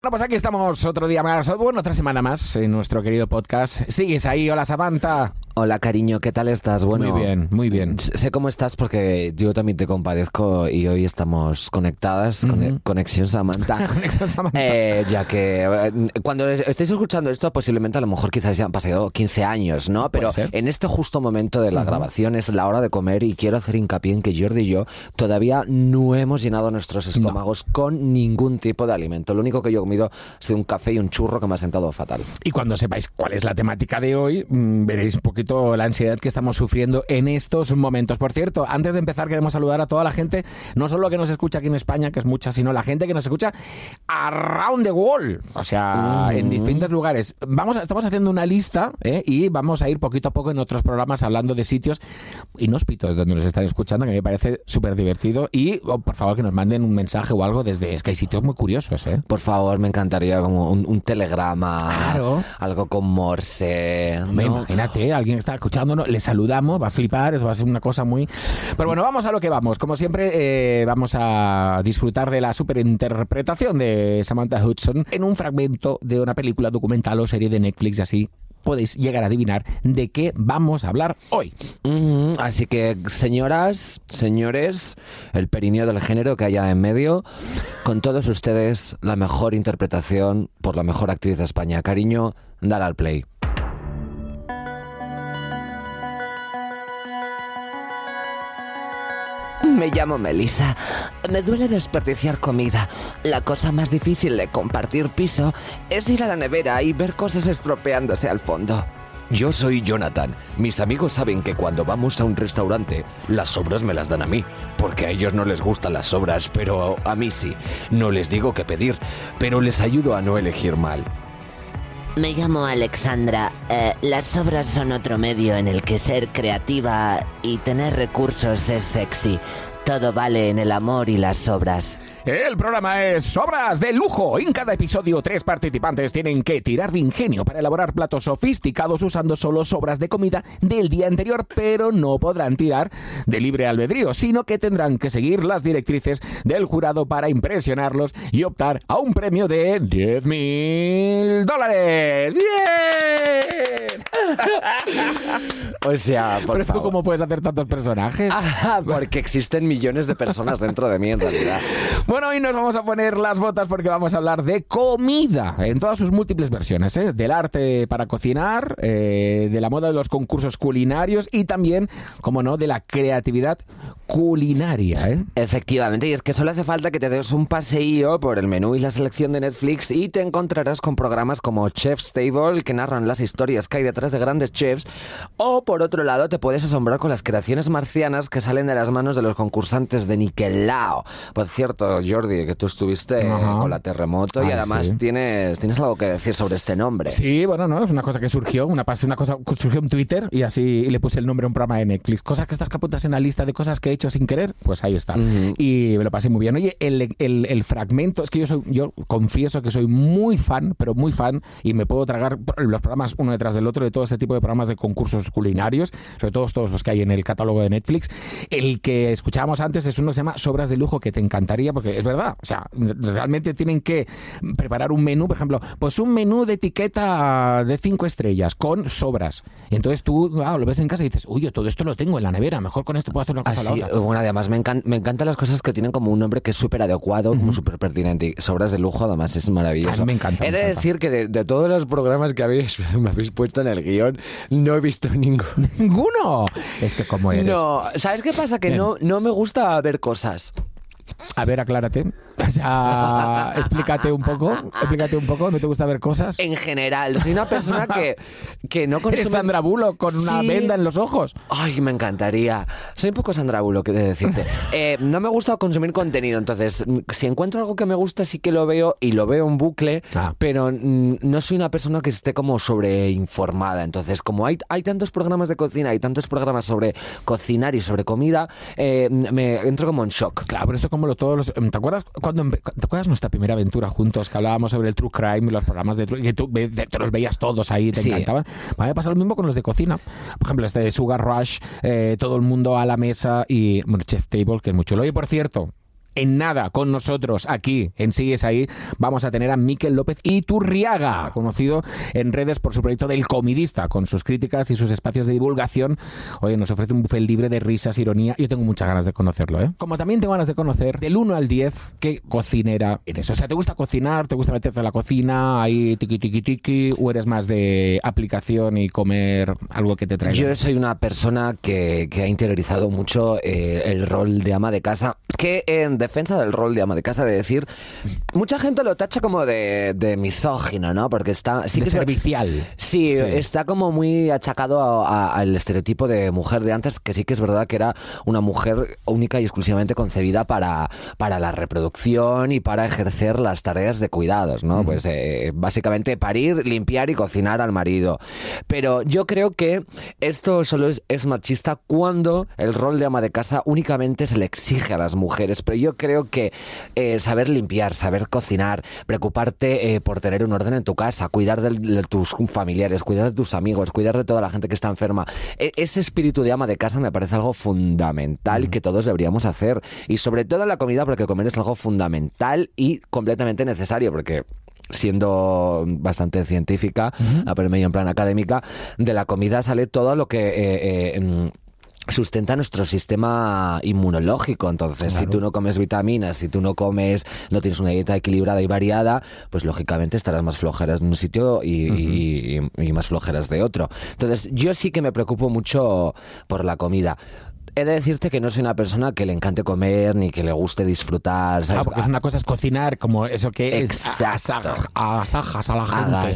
Bueno, pues aquí estamos otro día más, bueno, otra semana más en nuestro querido podcast. ¿Sigues ahí? Hola, Samantha. Hola, cariño, ¿qué tal estás? Bueno, muy bien, muy bien. Sé cómo estás porque yo también te compadezco y hoy estamos conectadas. Conexión Samantha. Conexión Samantha. Ya que cuando estéis escuchando esto, posiblemente a lo mejor quizás ya han pasado 15 años, ¿no? Pero en este justo momento de la grabación es la hora de comer y quiero hacer hincapié en que Jordi y yo todavía no hemos llenado nuestros estómagos con ningún tipo de alimento. Lo único que yo he comido ha sido un café y un churro que me ha sentado fatal. Y cuando sepáis cuál es la temática de hoy, veréis un poquito la ansiedad que estamos sufriendo en estos momentos. Por cierto, antes de empezar queremos saludar a toda la gente, no solo que nos escucha aquí en España, que es mucha, sino la gente que nos escucha around the world, o sea, en diferentes lugares. Estamos haciendo una lista y vamos a ir poquito a poco en otros programas hablando de sitios inhóspitos donde nos están escuchando, que me parece súper divertido. Y por favor que nos manden un mensaje o algo desde... Es que hay sitios muy curiosos, ¿eh? Por favor, me encantaría como un telegrama, claro, algo con Morse, ¿no? Imagínate, alguien está escuchándonos, le saludamos, va a flipar, eso va a ser una cosa muy... Pero bueno, vamos a lo que vamos. Como siempre, vamos a disfrutar de la superinterpretación de Samantha Hudson en un fragmento de una película documental o serie de Netflix, y así podéis llegar a adivinar de qué vamos a hablar hoy. Así que, señoras, señores, el perineo del género que haya en medio, con todos ustedes, la mejor interpretación por la mejor actriz de España. Cariño, dar al play. Me llamo Melissa. Me duele desperdiciar comida. La cosa más difícil de compartir piso es ir a la nevera y ver cosas estropeándose al fondo. Yo soy Jonathan. Mis amigos saben que cuando vamos a un restaurante, las sobras me las dan a mí, porque a ellos no les gustan las sobras, pero a mí sí. No les digo qué pedir, pero les ayudo a no elegir mal. Me llamo Alexandra. Las sobras son otro medio en el que ser creativa y tener recursos es sexy. Todo vale en el amor y las sobras. El programa es Sobras de Lujo. En cada episodio 3 participantes tienen que tirar de ingenio para elaborar platos sofisticados usando solo sobras de comida del día anterior, pero no podrán tirar de libre albedrío, sino que tendrán que seguir las directrices del jurado para impresionarlos y optar a un premio de $10,000. ¡Bien! O sea, por ¿Pero tú favor, cómo puedes hacer tantos personajes? porque existen millones de personas dentro de mí en realidad. Bueno, hoy nos vamos a poner las botas porque vamos a hablar de comida en todas sus múltiples versiones, del arte para cocinar, de la moda de los concursos culinarios y también, como no, de la creatividad culinaria, Efectivamente, y es que solo hace falta que te des un paseío por el menú y la selección de Netflix y te encontrarás con programas como Chef's Table, que narran las historias que hay detrás de grandes chefs, o por otro lado te puedes asombrar con las creaciones marcianas que salen de las manos de los concursantes de Nickelodeon. Por cierto, Jordi, que tú estuviste con la Terremoto y además sí. tienes algo que decir sobre este nombre. Sí, bueno, no, es una cosa que surgió, una cosa que surgió en Twitter y así le puse el nombre a un programa de Netflix. Cosas que estás que apuntas en la lista de cosas que he hecho sin querer, pues ahí está. Y me lo pasé muy bien. Oye, el fragmento, es que yo confieso que soy muy fan, pero muy fan, y me puedo tragar los programas uno detrás del otro de todo este tipo de programas de concursos culinarios, sobre todo todos los que hay en el catálogo de Netflix. El que escuchábamos antes es uno que se llama Sobras de Lujo, que te encantaría, porque es verdad, o sea, realmente tienen que preparar un menú, por ejemplo, pues un menú de etiqueta de 5 estrellas con sobras. Y entonces tú lo ves en casa y dices, uy, yo todo esto lo tengo en la nevera, mejor con esto puedo hacer una cosa a la otra. Bueno, además me encantan las cosas que tienen como un nombre que es súper adecuado, como súper pertinente. Y Sobras de Lujo, además, es maravilloso. A mí me encanta. He de decir que de todos los programas que me habéis puesto en el guión, no he visto ninguno. ¿Ninguno? Es que como eres. No, ¿sabes qué pasa? Que no me gusta ver cosas. A ver, aclárate. O sea, explícate un poco. ¿No te gusta ver cosas? En general, soy una persona que no consume... ¿Eres Sandra Bullock con una venda en los ojos? Ay, me encantaría. Soy un poco Sandra Bullock, he de decirte. No me gusta consumir contenido, entonces, si encuentro algo que me gusta, sí que lo veo y lo veo en bucle, pero no soy una persona que esté como sobreinformada. Entonces, como hay tantos programas de cocina, hay tantos programas sobre cocinar y sobre comida, me entro como en shock. Claro, pero esto como todos los... ¿Te acuerdas nuestra primera aventura juntos, que hablábamos sobre el True Crime y los programas de True, que tú te los veías todos ahí, te encantaban? A mí me pasa lo mismo con los de cocina. Por ejemplo, este de Sugar Rush, todo el mundo a la mesa y, bueno, Chef's Table, que es mucho. Oye, por cierto, En nada, con nosotros aquí en Sigues Ahí vamos a tener a Mikel López Iturriaga, conocido en redes por su proyecto del Comidista, con sus críticas y sus espacios de divulgación. Oye, nos ofrece un buffet libre de risas, ironía. Yo tengo muchas ganas de conocerlo, ¿eh? Como también tengo ganas de conocer, del 1 al 10, qué cocinera eres. O sea, ¿te gusta cocinar? ¿Te gusta meterte en la cocina? ¿Ahí tiki tiki tiki? ¿O eres más de aplicación y comer algo que te traiga? Yo soy una persona que ha interiorizado mucho el rol de ama de casa, que en defensa del rol de ama de casa, de decir, mucha gente lo tacha como de misógino, ¿no? Porque está... Sí, de que servicial. Sí, está como muy achacado al estereotipo de mujer de antes, que sí que es verdad que era una mujer única y exclusivamente concebida para la reproducción y para ejercer las tareas de cuidados, ¿no? Pues básicamente parir, limpiar y cocinar al marido. Pero yo creo que esto solo es machista cuando el rol de ama de casa únicamente se le exige a las mujeres. Pero yo creo que saber limpiar, saber cocinar, preocuparte por tener un orden en tu casa, cuidar de tus familiares, cuidar de tus amigos, cuidar de toda la gente que está enferma, ese espíritu de ama de casa me parece algo fundamental que todos deberíamos hacer. Y sobre todo en la comida, porque comer es algo fundamental y completamente necesario, porque... siendo bastante científica, pero medio en plan académica, de la comida sale todo lo que sustenta nuestro sistema inmunológico. Entonces, claro, si tú no comes vitaminas, si tú no tienes una dieta equilibrada y variada, pues lógicamente estarás más flojeras de un sitio y más flojeras de otro. Entonces, yo sí que me preocupo mucho por la comida. He de decirte que no soy una persona que le encante comer ni que le guste disfrutar, ¿sabes? Porque una cosa es cocinar, como eso que exacto, agasajas a la gente.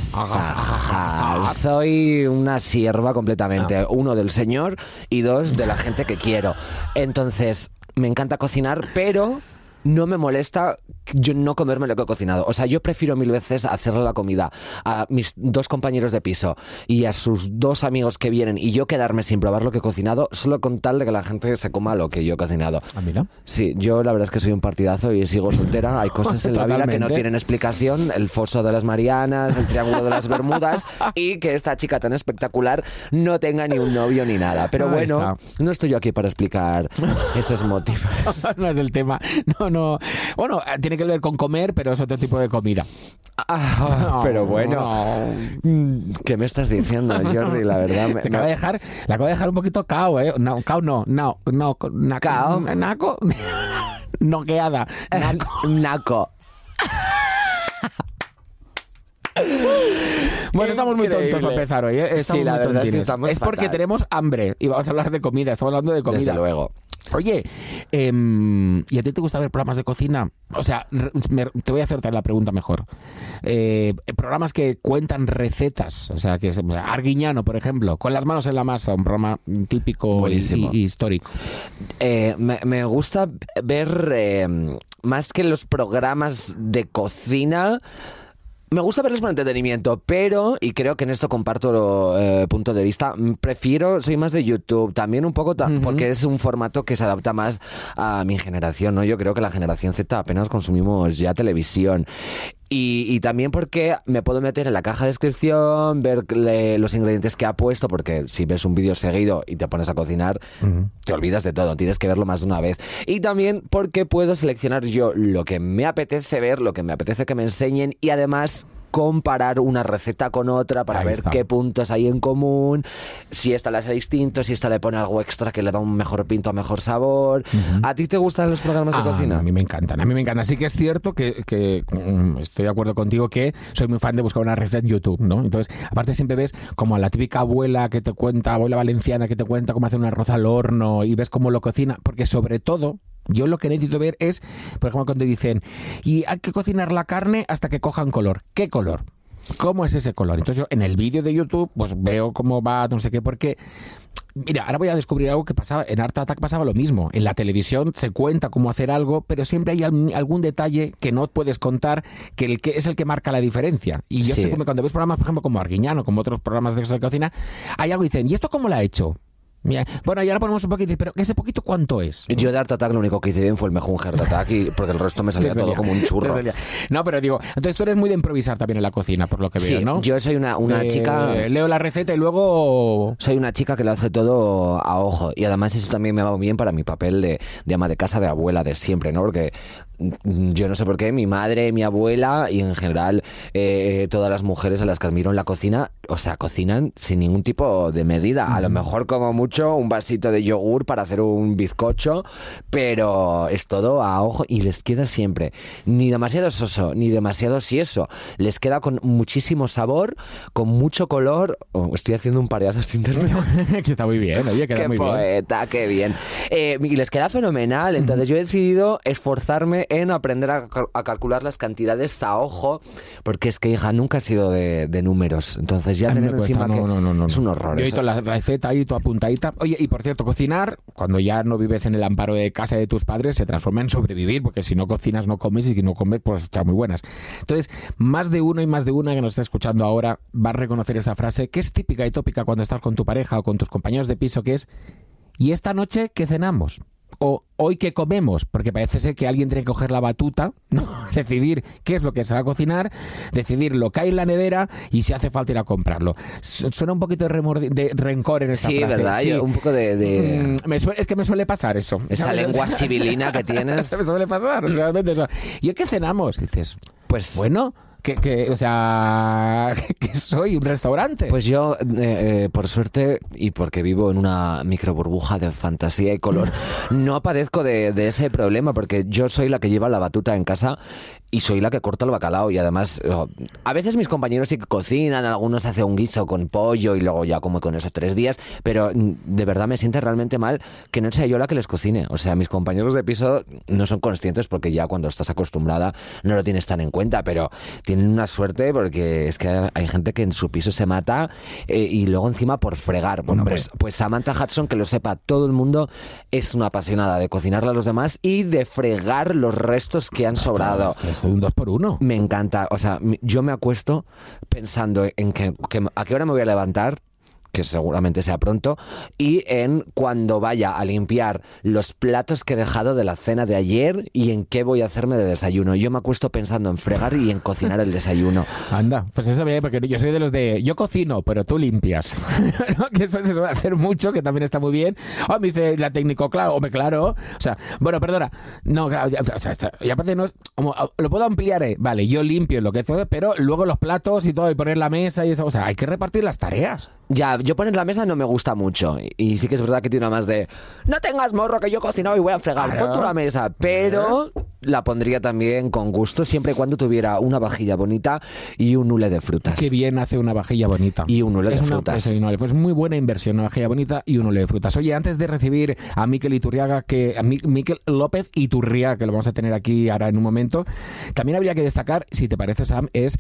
Agasajar. Soy una sierva completamente. Uno, del Señor, y dos, de la gente que quiero. Entonces, me encanta cocinar, pero... no me molesta yo no comerme lo que he cocinado. O sea, yo prefiero 1000 veces hacerle la comida a mis 2 compañeros de piso y a sus 2 amigos que vienen y yo quedarme sin probar lo que he cocinado, solo con tal de que la gente se coma lo que yo he cocinado. ¿Ah, mira? Sí, yo la verdad es que soy un partidazo y sigo soltera. Hay cosas en la vida que no tienen explicación. El foso de las Marianas, el triángulo de las Bermudas y que esta chica tan espectacular no tenga ni un novio ni nada. Pero bueno, no estoy yo aquí para explicar esos motivos. No es el tema. No. Bueno, tiene que ver con comer, pero es otro tipo de comida. Pero bueno, ¿qué me estás diciendo, Jordi? La verdad, la acabo de dejar un poquito cao, ¿eh? No, naco, noqueada, naco. Bueno, estamos muy tontos para empezar hoy, ¿eh? Sí, la verdad es que estamos Es porque tenemos hambre y vamos a hablar de comida. Estamos hablando de comida. Desde luego. Oye, ¿y a ti te gusta ver programas de cocina? O sea, te voy a hacerte la pregunta mejor. Programas que cuentan recetas, o sea, que es Arguiñano, por ejemplo, con las manos en la masa, un programa típico y histórico. Me gusta ver, más que los programas de cocina... Me gusta verlos por entretenimiento, pero, y creo que en esto comparto punto de vista, soy más de YouTube, también un poco porque es un formato que se adapta más a mi generación, ¿no? Yo creo que la generación Z apenas consumimos ya televisión. Y también porque me puedo meter en la caja de descripción, ver los ingredientes que ha puesto, porque si ves un vídeo seguido y te pones a cocinar, te olvidas de todo, tienes que verlo más de una vez. Y también porque puedo seleccionar yo lo que me apetece ver, lo que me apetece que me enseñen y además comparar una receta con otra para ver qué puntos hay en común, si esta le hace distinto, si esta le pone algo extra que le da un mejor pinto, mejor sabor. ¿A ti te gustan los programas de cocina? A mí me encantan. Así que es cierto que estoy de acuerdo contigo que soy muy fan de buscar una receta en YouTube, ¿no? Entonces, aparte siempre ves como a la típica abuela que te cuenta, abuela valenciana que te cuenta cómo hacer un arroz al horno y ves cómo lo cocina, porque sobre todo... yo lo que necesito ver es, por ejemplo, cuando dicen y hay que cocinar la carne hasta que cojan color. ¿Qué color? ¿Cómo es ese color? Entonces yo en el vídeo de YouTube pues veo cómo va, no sé qué, porque... Mira, ahora voy a descubrir algo que pasaba, en Art Attack pasaba lo mismo. En la televisión se cuenta cómo hacer algo, pero siempre hay algún detalle que no puedes contar, que es el que marca la diferencia. Y yo estoy cuando ves programas, por ejemplo, como Arguiñano, como otros programas de cocina, hay algo y dicen, ¿y esto cómo lo ha hecho? Mira, bueno, y ahora ponemos un poquito, pero ¿ese poquito cuánto es? Yo de Art Attack lo único que hice bien fue el mejor Heart Attack, porque el resto me salía todo como un churro. No, pero digo, entonces tú eres muy de improvisar también en la cocina, por lo que veo, ¿no? Yo soy una chica... Leo la receta y luego... Soy una chica que lo hace todo a ojo, y además eso también me va bien para mi papel de ama de casa, de abuela de siempre, ¿no? Porque yo no sé por qué, mi madre, mi abuela y en general todas las mujeres a las que admiro en la cocina, o sea, cocinan sin ningún tipo de medida. A lo mejor como mucho un vasito de yogur para hacer un bizcocho, pero es todo a ojo y les queda siempre ni demasiado soso, ni demasiado sieso. Les queda con muchísimo sabor, con mucho color. Estoy haciendo un pareado sin término. Que está muy bien, oye, queda muy poeta, bien. Qué bien. Y les queda fenomenal. Entonces yo he decidido esforzarme en aprender a calcular las cantidades a ojo, porque es que, hija, nunca he sido de números. Entonces ya tener encima que es un horror. Yo he visto la receta ahí, tu apuntadita. Oye, y por cierto, cocinar, cuando ya no vives en el amparo de casa de tus padres, se transforma en sobrevivir, porque si no cocinas no comes, y si no comes, pues están muy buenas. Entonces, más de uno y más de una que nos está escuchando ahora va a reconocer esta frase, que es típica y tópica cuando estás con tu pareja o con tus compañeros de piso, que es: ¿y esta noche qué cenamos? O ¿hoy qué comemos? Porque parece ser que alguien tiene que coger la batuta, ¿no? Decidir qué es lo que se va a cocinar, decidir lo que hay en la nevera y si hace falta ir a comprarlo. Suena un poquito de rencor en esta frase. ¿Verdad? Sí, un poco de... es que me suele pasar eso. Esa lengua sibilina que tienes. Me suele pasar, realmente eso. ¿Y hoy qué cenamos? Dices, pues bueno... o sea, que soy un restaurante. Pues yo, por suerte, y porque vivo en una micro burbuja de fantasía y color, no padezco de ese problema, porque yo soy la que lleva la batuta en casa y soy la que corta el bacalao. Y además, a veces mis compañeros sí que cocinan, algunos hacen un guiso con pollo y luego ya como con eso 3 días, pero de verdad me siente realmente mal que no sea yo la que les cocine. O sea, mis compañeros de piso no son conscientes, porque ya cuando estás acostumbrada no lo tienes tan en cuenta, pero tienen una suerte, porque es que hay gente que en su piso se mata y luego encima por fregar. Bueno, pues Samantha Hudson, que lo sepa todo el mundo, es una apasionada de cocinarle a los demás y de fregar los restos que han sobrado. Es un 2x1. Me encanta. O sea, yo me acuesto pensando en que a qué hora me voy a levantar, que seguramente sea pronto, y en cuando vaya a limpiar los platos que he dejado de la cena de ayer y en qué voy a hacerme de desayuno. Yo me acuesto pensando en fregar y en cocinar el desayuno. Anda, pues eso bien, porque yo soy de los de yo cocino, pero tú limpias. ¿No? Que eso se suele hacer mucho, que también está muy bien. Me dice la técnico, claro. O sea, bueno, perdona. No, claro, y aparte no es, como, lo puedo ampliar, vale, yo limpio lo que hace, pero luego los platos y todo, y poner la mesa y eso, o sea, hay que repartir las tareas. Ya, yo poner la mesa no me gusta mucho. Y sí que es verdad que tiene una más de no tengas morro que yo he cocinado y voy a fregar, claro. Pon tú la mesa. Pero la pondría también con gusto, siempre y cuando tuviera una vajilla bonita y un hule de frutas. Qué bien hace una vajilla bonita. Y un hule de frutas. Pues muy buena inversión, una vajilla bonita y un hule de frutas. Oye, antes de recibir a Mikel Mikel López Iturriaga, que lo vamos a tener aquí ahora en un momento, también habría que destacar, si te parece, Sam, es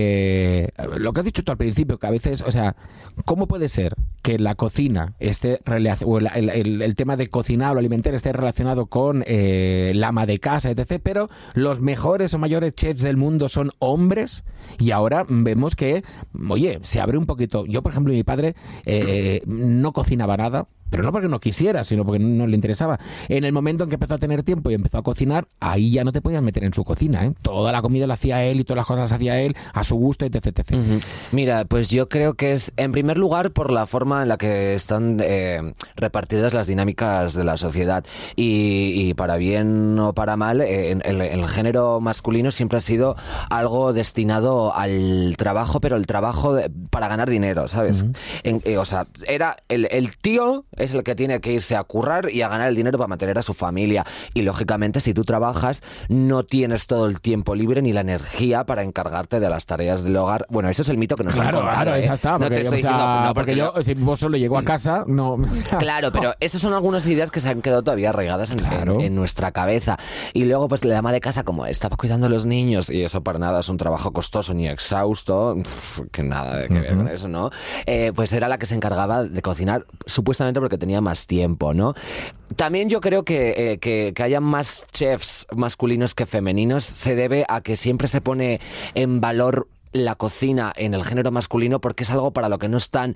lo que has dicho tú al principio, que a veces, o sea, ¿cómo puede ser que la cocina esté o el tema de cocinar o alimentar esté relacionado con la ama de casa, etc., pero los mejores o mayores chefs del mundo son hombres? Y ahora vemos que, oye, se abre un poquito. Yo, por ejemplo, mi padre no cocinaba nada, pero no porque no quisiera, sino porque no le interesaba. En el momento en que empezó a tener tiempo y empezó a cocinar, ahí ya no te podías meter en su cocina, ¿eh? Toda la comida la hacía él y todas las cosas las hacía él a su gusto, etc, etc. Uh-huh. Mira, pues yo creo que es, en primer lugar, por la forma en la que están repartidas las dinámicas de la sociedad. Y para bien o para mal, el género masculino siempre ha sido algo destinado al trabajo, pero el trabajo para ganar dinero, ¿sabes? Uh-huh. O sea, era el tío es el que tiene que irse a currar y a ganar el dinero para mantener a su familia. Y lógicamente, si tú trabajas, no tienes todo el tiempo libre ni la energía para encargarte de las tareas del hogar. Bueno, eso es el mito que nos han contado. Claro, esa está. No te estoy diciendo... porque yo, si vos solo llego a casa, no... Claro, pero esas son algunas ideas que se han quedado todavía arraigadas en nuestra cabeza. Y luego, pues, la ama de casa, como estaba cuidando a los niños, y eso para nada es un trabajo costoso ni exhausto, que nada que ver con eso, ¿no? Pues era la que se encargaba de cocinar, supuestamente porque tenía más tiempo, ¿no? También yo creo que haya más chefs masculinos que femeninos se debe a que siempre se pone en valor la cocina en el género masculino porque es algo para lo que no están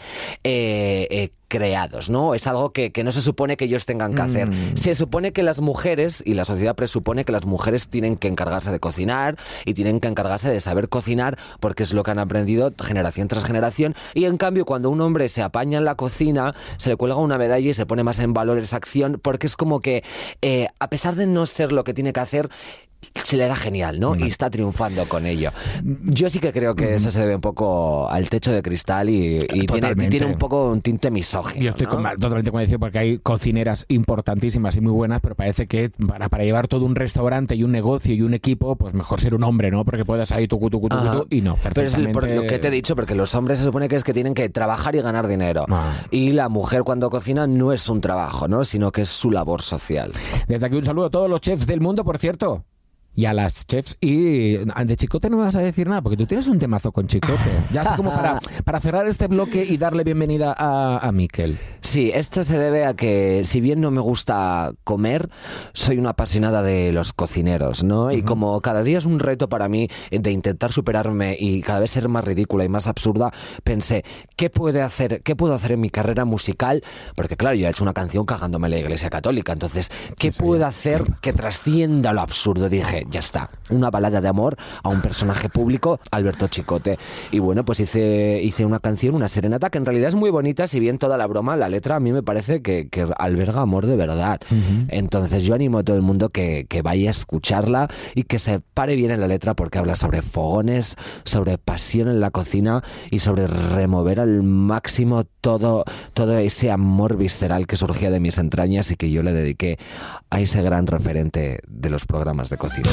creados, ¿no? Es algo que no se supone que ellos tengan que hacer. Se supone que las mujeres, y la sociedad presupone que las mujeres tienen que encargarse de cocinar y tienen que encargarse de saber cocinar porque es lo que han aprendido generación tras generación, y en cambio cuando un hombre se apaña en la cocina se le cuelga una medalla y se pone más en valor esa acción porque es como que a pesar de no ser lo que tiene que hacer, se le da genial, ¿no? Y está triunfando con ello. Yo sí que creo que eso se debe un poco al techo de cristal y tiene un poco un tinte misógino. Yo estoy ¿no? totalmente convencido porque hay cocineras importantísimas y muy buenas, pero parece que para llevar todo un restaurante y un negocio y un equipo, pues mejor ser un hombre, ¿no? Porque puedes ahí tu y no, perfectamente. Pero es por lo que te he dicho, porque los hombres se supone que tienen que trabajar y ganar dinero. Y la mujer cuando cocina no es un trabajo, ¿no? Sino que es su labor social. Desde aquí un saludo a todos los chefs del mundo, por cierto. Y a las chefs. Y de Chicote no me vas a decir nada, porque tú tienes un temazo con Chicote. Ya así como para cerrar este bloque y darle bienvenida a Miquel. Sí, esto se debe a que, si bien no me gusta comer, soy una apasionada de los cocineros, ¿no? Y como cada día es un reto para mí de intentar superarme y cada vez ser más ridícula y más absurda, pensé, ¿qué puedo hacer en mi carrera musical? Porque claro, yo he hecho una canción cagándome en la Iglesia Católica, entonces, ¿qué puedo hacer que trascienda lo absurdo? Dije, ya está, una balada de amor a un personaje público, Alberto Chicote. Y bueno, pues hice una canción, una serenata, que en realidad es muy bonita, si bien toda la broma, la letra a mí me parece que alberga amor de verdad. Entonces yo animo a todo el mundo que vaya a escucharla y que se pare bien en la letra porque habla sobre fogones, sobre pasión en la cocina y sobre remover al máximo todo ese amor visceral que surgía de mis entrañas y que yo le dediqué a ese gran referente de los programas de cocina.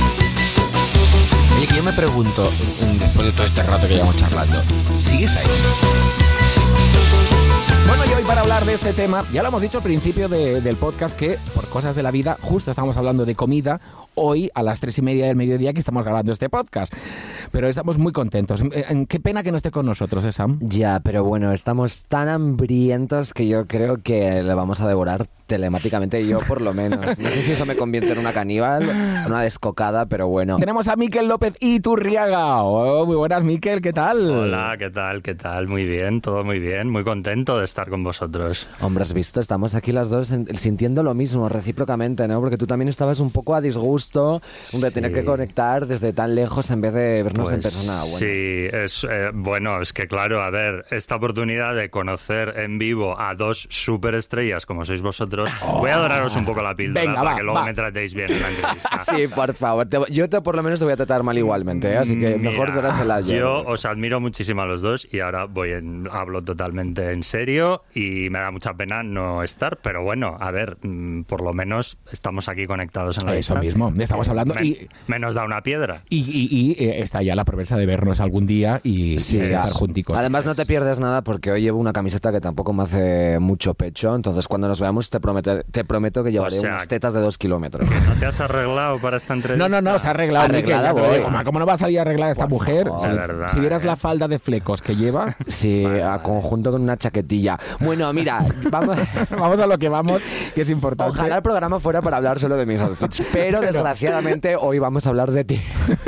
Oye, que yo me pregunto, después de todo este rato que llevamos charlando, ¿sigues ahí? Bueno, y hoy para hablar de este tema, ya lo hemos dicho al principio del podcast que por cosas de la vida, justo estamos hablando de comida, hoy a las 3:30 del mediodía que estamos grabando este podcast. Pero estamos muy contentos. Qué pena que no esté con nosotros, Sam. Ya, pero bueno, estamos tan hambrientos que yo creo que le vamos a devorar telemáticamente, yo por lo menos. No sé si eso me convierte en una caníbal, una descocada, pero bueno. Tenemos a Miquel López Iturriaga. Oh, muy buenas, Miquel, ¿qué tal? Hola, ¿qué tal? ¿Qué tal? Muy bien, todo muy bien. Muy contento de estar con vosotros. Hombre, has visto, estamos aquí las dos sintiendo lo mismo, recíprocamente, ¿no? Porque tú también estabas un poco a disgusto de tener que conectar desde tan lejos en vez de vernos en persona. Bueno. Sí, es que claro, a ver, esta oportunidad de conocer en vivo a dos superestrellas como sois vosotros, voy a doraros un poco la píldora. Venga, para que luego me tratéis bien en la entrevista. Sí, por favor. Yo por lo menos te voy a tratar mal igualmente, ¿eh? Así que mejor dorásela yo. Yo os admiro muchísimo a los dos y ahora hablo totalmente en serio y me da mucha pena no estar, pero bueno, a ver, por lo menos estamos aquí conectados en la distancia. Eso mismo, estamos hablando menos da una piedra. Y está ya la promesa de vernos algún día y estar junticos. Además no te pierdes nada porque hoy llevo una camiseta que tampoco me hace mucho pecho, entonces cuando nos veamos te prometo que llevaré unas tetas de 2 kilómetros. ¿No te has arreglado para esta entrevista? No, se ha arreglado. ¿Cómo no va a salir arreglada esta mujer? Si vieras la falda de flecos que lleva. Sí, a conjunto con una chaquetilla. Bueno, mira, vamos a lo que vamos, que es importante. Ojalá el programa fuera para hablar solo de mis outfits, pero desgraciadamente hoy vamos a hablar de ti.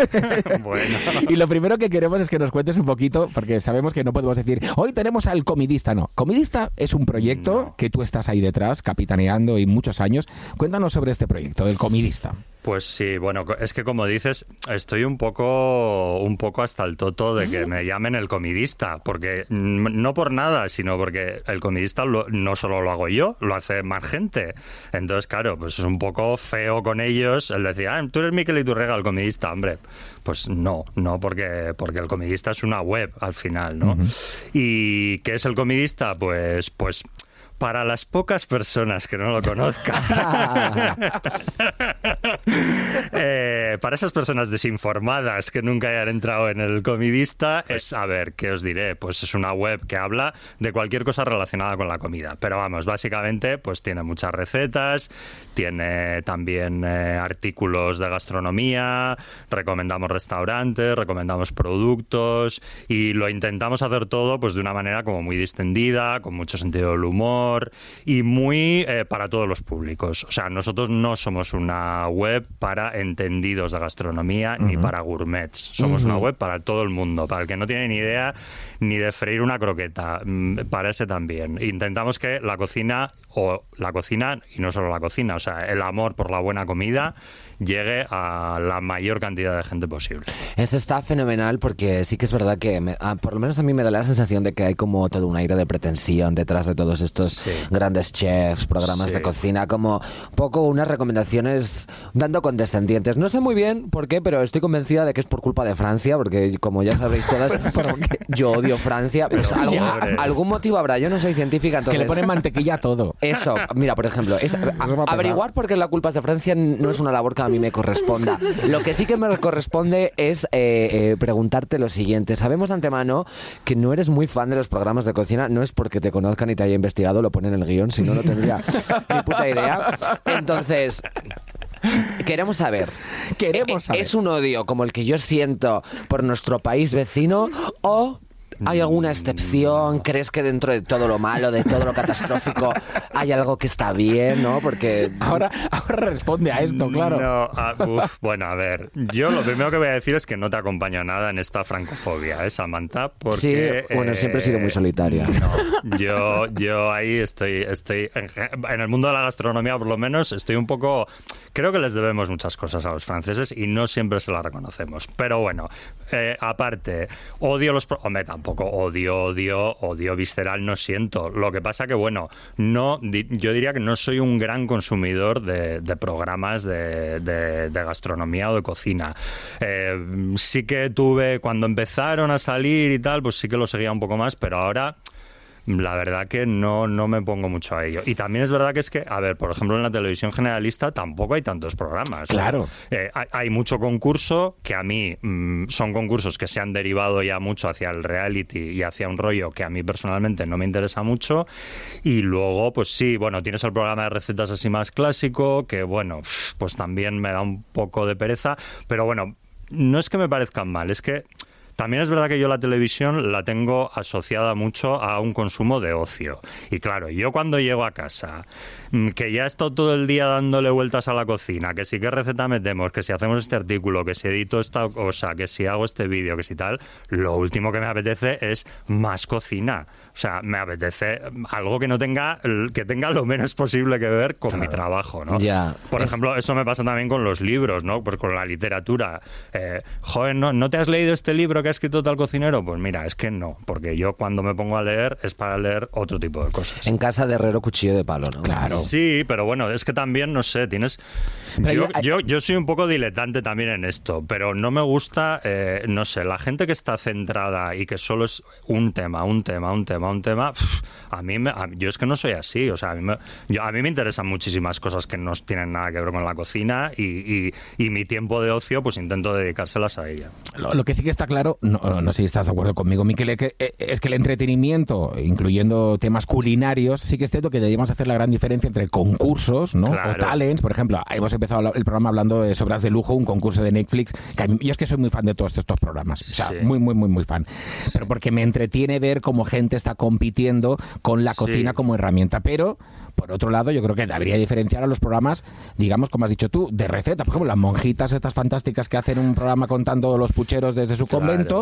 Bueno. Y lo primero que queremos es que nos cuentes un poquito, porque sabemos que no podemos decir, hoy tenemos al Comidista. No, Comidista es un proyecto que tú estás ahí detrás, capitaneando y muchos años. Cuéntanos sobre este proyecto del Comidista. Pues sí, bueno, es que como dices, estoy un poco hasta el toto de que me llamen el comidista, porque no por nada, sino porque el comidista no solo lo hago yo, lo hace más gente. Entonces, claro, pues es un poco feo con ellos el decir, tú eres Miquel Iturriaga, el comidista, hombre. Pues no, porque el comidista es una web al final, ¿no? ¿Y qué es el comidista? Pues para las pocas personas que no lo conozcan, para esas personas desinformadas que nunca hayan entrado en el Comidista, a ver, ¿qué os diré? Pues es una web que habla de cualquier cosa relacionada con la comida. Pero vamos, básicamente, pues tiene muchas recetas, tiene también artículos de gastronomía, recomendamos restaurantes, recomendamos productos y lo intentamos hacer todo pues de una manera como muy distendida, con mucho sentido del humor y muy para todos los públicos. O sea, nosotros no somos una web para entendidos críticos de gastronomía ni para gourmets. Somos una web para todo el mundo, para el que no tiene ni idea ni de freír una croqueta, para ese también. Intentamos que la cocina, y no solo la cocina, o sea, el amor por la buena comida llegue a la mayor cantidad de gente posible. Esto está fenomenal porque sí que es verdad que, por lo menos a mí me da la sensación de que hay como todo un aire de pretensión detrás de todos estos grandes chefs, programas de cocina, como poco unas recomendaciones dando condescendientes. No sé muy bien por qué, pero estoy convencida de que es por culpa de Francia, porque como ya sabéis todas, yo odio Francia, pues algún motivo habrá. Yo no soy científica, entonces... Que le ponen mantequilla a todo. Eso, mira, por ejemplo, averiguar por qué la culpa es de Francia no es una labor que a mí me corresponda. Lo que sí que me corresponde es preguntarte lo siguiente. Sabemos de antemano que no eres muy fan de los programas de cocina, no es porque te conozcan y te haya investigado, lo ponen en el guión, si no, no tendría ni puta idea. Entonces... Queremos saber. ¿Es un odio como el que yo siento por nuestro país vecino o hay alguna excepción? ¿Crees que dentro de todo lo malo, de todo lo catastrófico, hay algo que está bien, no? Porque... Ahora responde a esto, claro. No, bueno, a ver, yo lo primero que voy a decir es que no te acompaño nada en esta francofobia, Samantha, porque... Sí, bueno, siempre he sido muy solitaria. No, yo ahí estoy en el mundo de la gastronomía, por lo menos, estoy un poco... Creo que les debemos muchas cosas a los franceses y no siempre se las reconocemos. Pero bueno, aparte, odio los... Hombre, tampoco odio visceral no siento. Lo que pasa que, bueno, yo diría que no soy un gran consumidor de programas de gastronomía o de cocina. Sí que tuve, cuando empezaron a salir y tal, pues sí que lo seguía un poco más, pero ahora... La verdad que no me pongo mucho a ello. Y también es verdad que es que, a ver, por ejemplo, en la televisión generalista tampoco hay tantos programas. Claro. Hay mucho concurso, que a mí son concursos que se han derivado ya mucho hacia el reality y hacia un rollo que a mí personalmente no me interesa mucho. Y luego, pues sí, bueno, tienes el programa de recetas así más clásico, que bueno, pues también me da un poco de pereza. Pero bueno, no es que me parezcan mal, es que... También es verdad que yo la televisión la tengo asociada mucho a un consumo de ocio. Y claro, yo cuando llego a casa, que ya he estado todo el día dándole vueltas a la cocina, que sí, qué receta metemos, que si hacemos este artículo, que si edito esta cosa, que si hago este vídeo, que si tal, lo último que me apetece es más cocina. O sea, me apetece algo que tenga lo menos posible que ver con mi trabajo, ¿no? Por ejemplo, eso me pasa también con los libros, ¿no? Pues con la literatura. Joder, ¿no te has leído este libro que ha escrito tal cocinero? Pues mira, es que no, porque yo cuando me pongo a leer es para leer otro tipo de cosas. En casa de herrero, cuchillo de palo, ¿no? Claro. Sí, pero bueno, es que también, no sé, tienes... Yo soy un poco diletante también en esto, pero no me gusta, no sé, la gente que está centrada y que solo es un tema, yo es que no soy así, o sea, a mí me interesan muchísimas cosas que no tienen nada que ver con la cocina y mi tiempo de ocio pues intento dedicárselas a ella. Lo que sí que está claro, no sé si estás de acuerdo conmigo, Miquel, es que el entretenimiento, incluyendo temas culinarios, sí que es cierto que debemos hacer la gran diferencia entre concursos, ¿no? Claro. O talents, por ejemplo, hemos empezado el programa hablando de Sobras de Lujo, un concurso de Netflix, yo es que soy muy fan de todos estos programas, o sea, muy fan, pero porque me entretiene ver cómo gente está compitiendo con la cocina como herramienta, pero por otro lado yo creo que debería diferenciar a los programas, digamos, como has dicho tú, de receta, por ejemplo, las monjitas estas fantásticas que hacen un programa contando los pucheros desde su convento,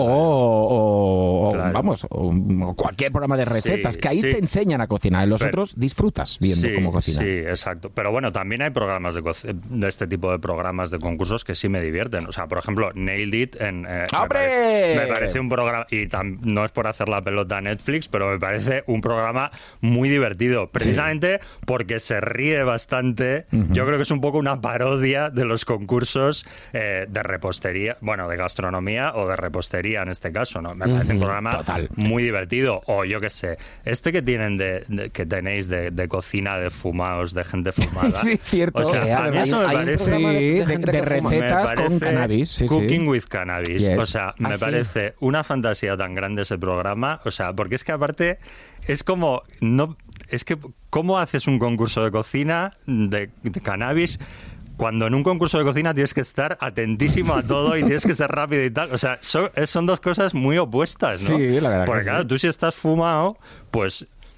o cualquier programa de recetas, que ahí te enseñan a cocinar, en los otros disfrutas viendo cómo cocinar. Sí, exacto, pero bueno, también hay programas de este tipo de programas de concursos que sí me divierten, o sea, por ejemplo, Nailed It me parece un programa, y no es por hacer la pelota a Netflix, pero me parece un programa muy divertido, precisamente porque se ríe bastante. Yo creo que es un poco una parodia de los concursos de repostería, bueno, de gastronomía o de repostería en este caso, ¿no? Me parece un programa muy divertido. O yo qué sé, que tienen que tenéis de cocina, de fumados, de gente fumada. Sí, cierto. O sea, a mí eso me parece de recetas con cannabis. Cooking with cannabis. Yes. O sea, me parece una fantasía tan grande ese programa. O sea, porque es que aparte es como ¿cómo haces un concurso de cocina de cannabis? Cuando en un concurso de cocina tienes que estar atentísimo a todo y tienes que ser rápido y tal. O sea, son dos cosas muy opuestas, ¿no? Sí, la verdad. Porque que claro, sí. Tú si estás fumado, pues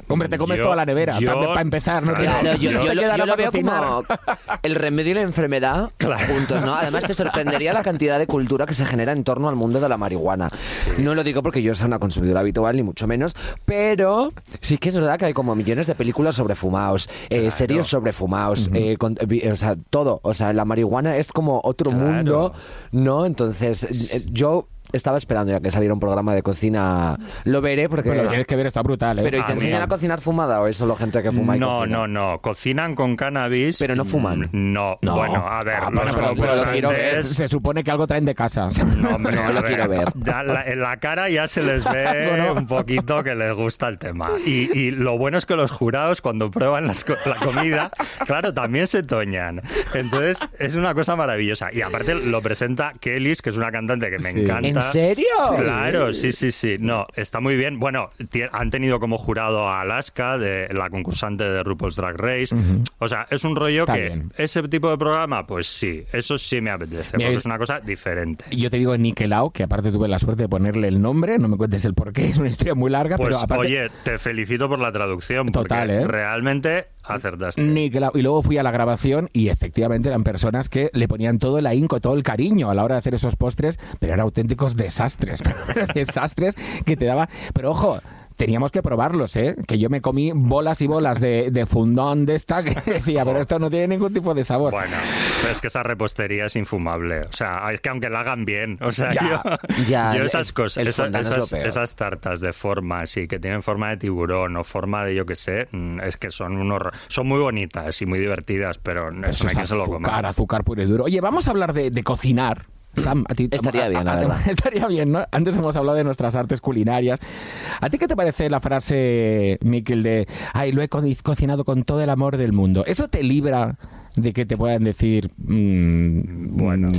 Hombre, te comes toda la nevera, también para empezar. ¿No? Claro, yo lo veo cocinar. como el remedio y la enfermedad juntos, ¿no? Además, te sorprendería la cantidad de cultura que se genera en torno al mundo de la marihuana. Sí. No lo digo porque yo sea una consumidora habitual, ni mucho menos, pero sí que es verdad que hay como millones de películas sobre fumaos, series sobre fumaos, o sea, todo. O sea, la marihuana es como otro mundo, ¿no? Entonces, yo estaba esperando ya que saliera un programa de cocina. Lo veré porque... Pero lo tienes que ver, está brutal, ¿eh? ¿Pero y te enseñan a cocinar fumada o es solo gente que fuma y cocina? No. Cocinan con cannabis. Pero no fuman. No. Bueno, a ver. Pero lo quiero ver. Se supone que algo traen de casa. No, hombre, no lo quiero ver. En la cara ya se les ve un poquito que les gusta el tema. Y lo bueno es que los jurados, cuando prueban la comida, claro, también se toñan. Entonces, es una cosa maravillosa. Y aparte lo presenta Kellys, que es una cantante que me encanta. ¿En serio? Claro, sí. No, está muy bien. Bueno, han tenido como jurado a Alaska, de la concursante de RuPaul's Drag Race. O sea, es un rollo está que bien. Ese tipo de programa, pues sí, eso sí me apetece, porque es una cosa diferente. Yo te digo Nickelau, que aparte tuve la suerte de ponerle el nombre, no me cuentes el porqué, es una historia muy larga, pues, pero aparte... Oye, te felicito por la traducción, total, porque realmente acertaste. Nickelau. Y luego fui a la grabación y efectivamente eran personas que le ponían todo el ahínco, todo el cariño a la hora de hacer esos postres, pero eran auténticos desastres, desastres que te daba... Pero ojo... Teníamos que probarlos, ¿eh? Que yo me comí bolas y bolas de fondant de esta que decía, pero esto no tiene ningún tipo de sabor. Bueno, es que esa repostería es infumable. O sea, es que aunque la hagan bien, o sea, yo esas cosas, esas tartas de forma así, que tienen forma de tiburón o forma de yo qué sé, es que son muy bonitas y muy divertidas, pero eso no hay quien se lo coma. Azúcar puro y duro. Oye, vamos a hablar de cocinar. Sam, a ti estaría bien, la verdad. Estaría bien, ¿no? Antes hemos hablado de nuestras artes culinarias. ¿A ti qué te parece la frase, Miquel, de "ay, lo he cocinado con todo el amor del mundo"? ¿Eso te libra de que te puedan decir bueno,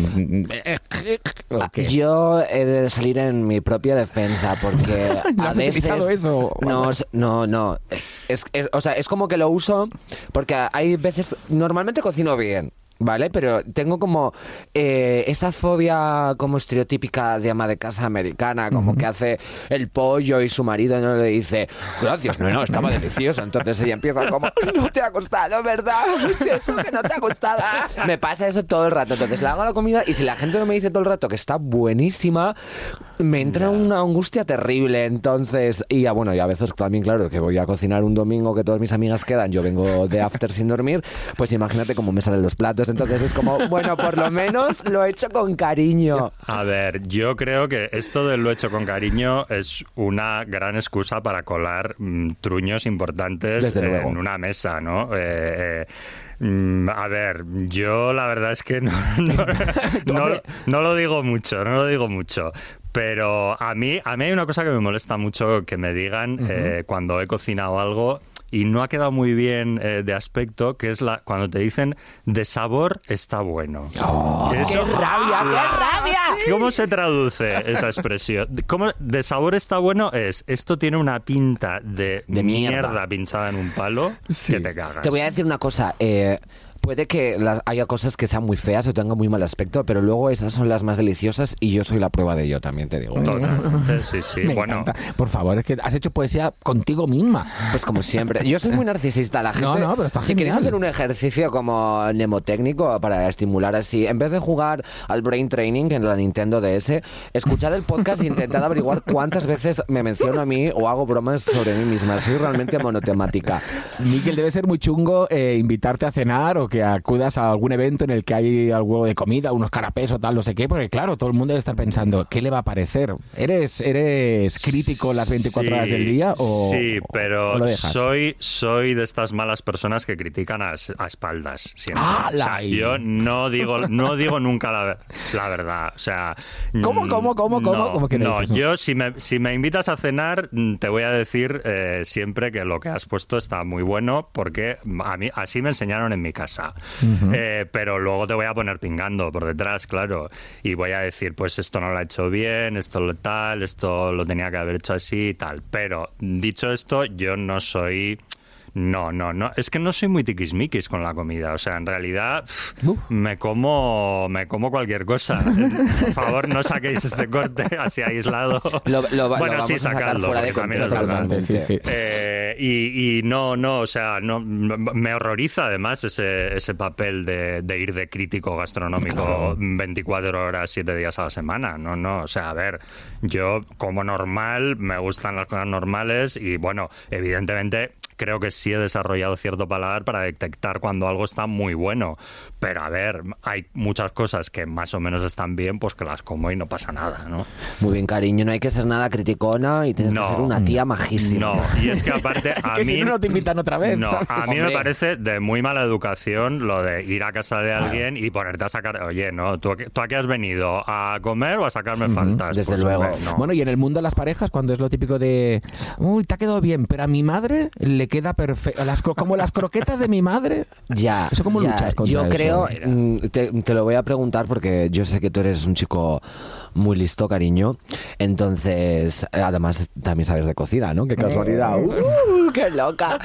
yo he de salir en mi propia defensa porque ¿no a has veces utilizado eso? no o sea, es como que lo uso porque hay veces, normalmente cocino bien, ¿vale? Pero tengo como esa fobia como estereotípica de ama de casa americana, como que hace el pollo y su marido no le dice "gracias, no, estaba delicioso", entonces ella empieza como "no te ha gustado, ¿verdad? Si eso que no te ha gustado". Me pasa eso todo el rato, entonces le hago la comida y si la gente no me dice todo el rato que está buenísima, me entra una angustia terrible, entonces, y a veces también, claro, que voy a cocinar un domingo que todas mis amigas quedan, yo vengo de after sin dormir, pues imagínate cómo me salen los platos. Entonces es como, bueno, por lo menos lo he hecho con cariño. A ver, yo creo que esto de lo hecho con cariño es una gran excusa para colar truños importantes en una mesa, ¿no? A ver, yo la verdad es que no lo digo mucho. Pero a mí hay una cosa que me molesta mucho que me digan cuando he cocinado algo y no ha quedado muy bien de aspecto, que es cuando te dicen "de sabor está bueno". ¡Qué rabia! ¿Cómo se traduce esa expresión? ¿De sabor está bueno? Esto tiene una pinta de mierda pinchada en un palo que te cagas. Te voy a decir una cosa, puede que haya cosas que sean muy feas o tengan muy mal aspecto, pero luego esas son las más deliciosas y yo soy la prueba de ello, también te digo. Totalmente, sí. Me encanta. Por favor, es que has hecho poesía contigo misma. Pues como siempre. Yo soy muy narcisista. La gente, no, pero está si genial. queréis hacer un ejercicio como mnemotécnico para estimular así, en vez de jugar al Brain Training en la Nintendo DS, escuchad el podcast e intentad averiguar cuántas veces me menciono a mí o hago bromas sobre mí misma. Soy realmente monotemática. Miquel, debe ser muy chungo invitarte a cenar o que acudas a algún evento en el que hay algo de comida, unos canapés o tal, no sé qué, porque claro, todo el mundo debe estar pensando, ¿qué le va a parecer? ¿Eres crítico las 24 horas del día o sí, pero o lo dejas? soy de estas malas personas que critican a espaldas siempre. O sea, yo no digo nunca la verdad. O sea, ¿Cómo que no? Yo si me invitas a cenar te voy a decir siempre que lo que has puesto está muy bueno porque a mí así me enseñaron en mi casa. Pero luego te voy a poner pingando por detrás, claro, y voy a decir, pues esto no lo ha hecho bien, esto lo tenía que haber hecho así y tal. Pero dicho esto, yo no soy No. Es que no soy muy tiquismiquis con la comida. O sea, en realidad me como cualquier cosa. Por favor, no saquéis este corte así aislado. Bueno, sí, sacadlo, fuera de también es contexto, verdad. Sí. Y no, o sea, no, me horroriza además ese papel de ir de crítico gastronómico 24 horas, 7 días a la semana. No, o sea, a ver, yo como normal, me gustan las cosas normales y bueno, evidentemente creo que sí he desarrollado cierto paladar para detectar cuando algo está muy bueno. Pero a ver, hay muchas cosas que más o menos están bien, pues que las como y no pasa nada, ¿no? Muy bien, cariño, no hay que ser nada criticona y tienes que ser una tía majísima. No, y es que aparte a que mí... si no te invitan otra vez, No, ¿sabes? a mí me parece de muy mala educación lo de ir a casa de alguien y ponerte a sacar... Oye, no, ¿tú a qué has venido? ¿A comer o a sacarme faltas? Desde Pues, luego. hombre, no. Bueno, y en el mundo de las parejas, cuando es lo típico de... Uy, te ha quedado bien, pero a mi madre le queda perfecto. Como las croquetas de mi madre. Ya. ¿Eso cómo luchas contra yo eso? creo, te lo voy a preguntar porque yo sé que tú eres un chico muy listo, cariño. Entonces, además también sabes de cocina, ¿no? Qué casualidad. ¡Qué loca!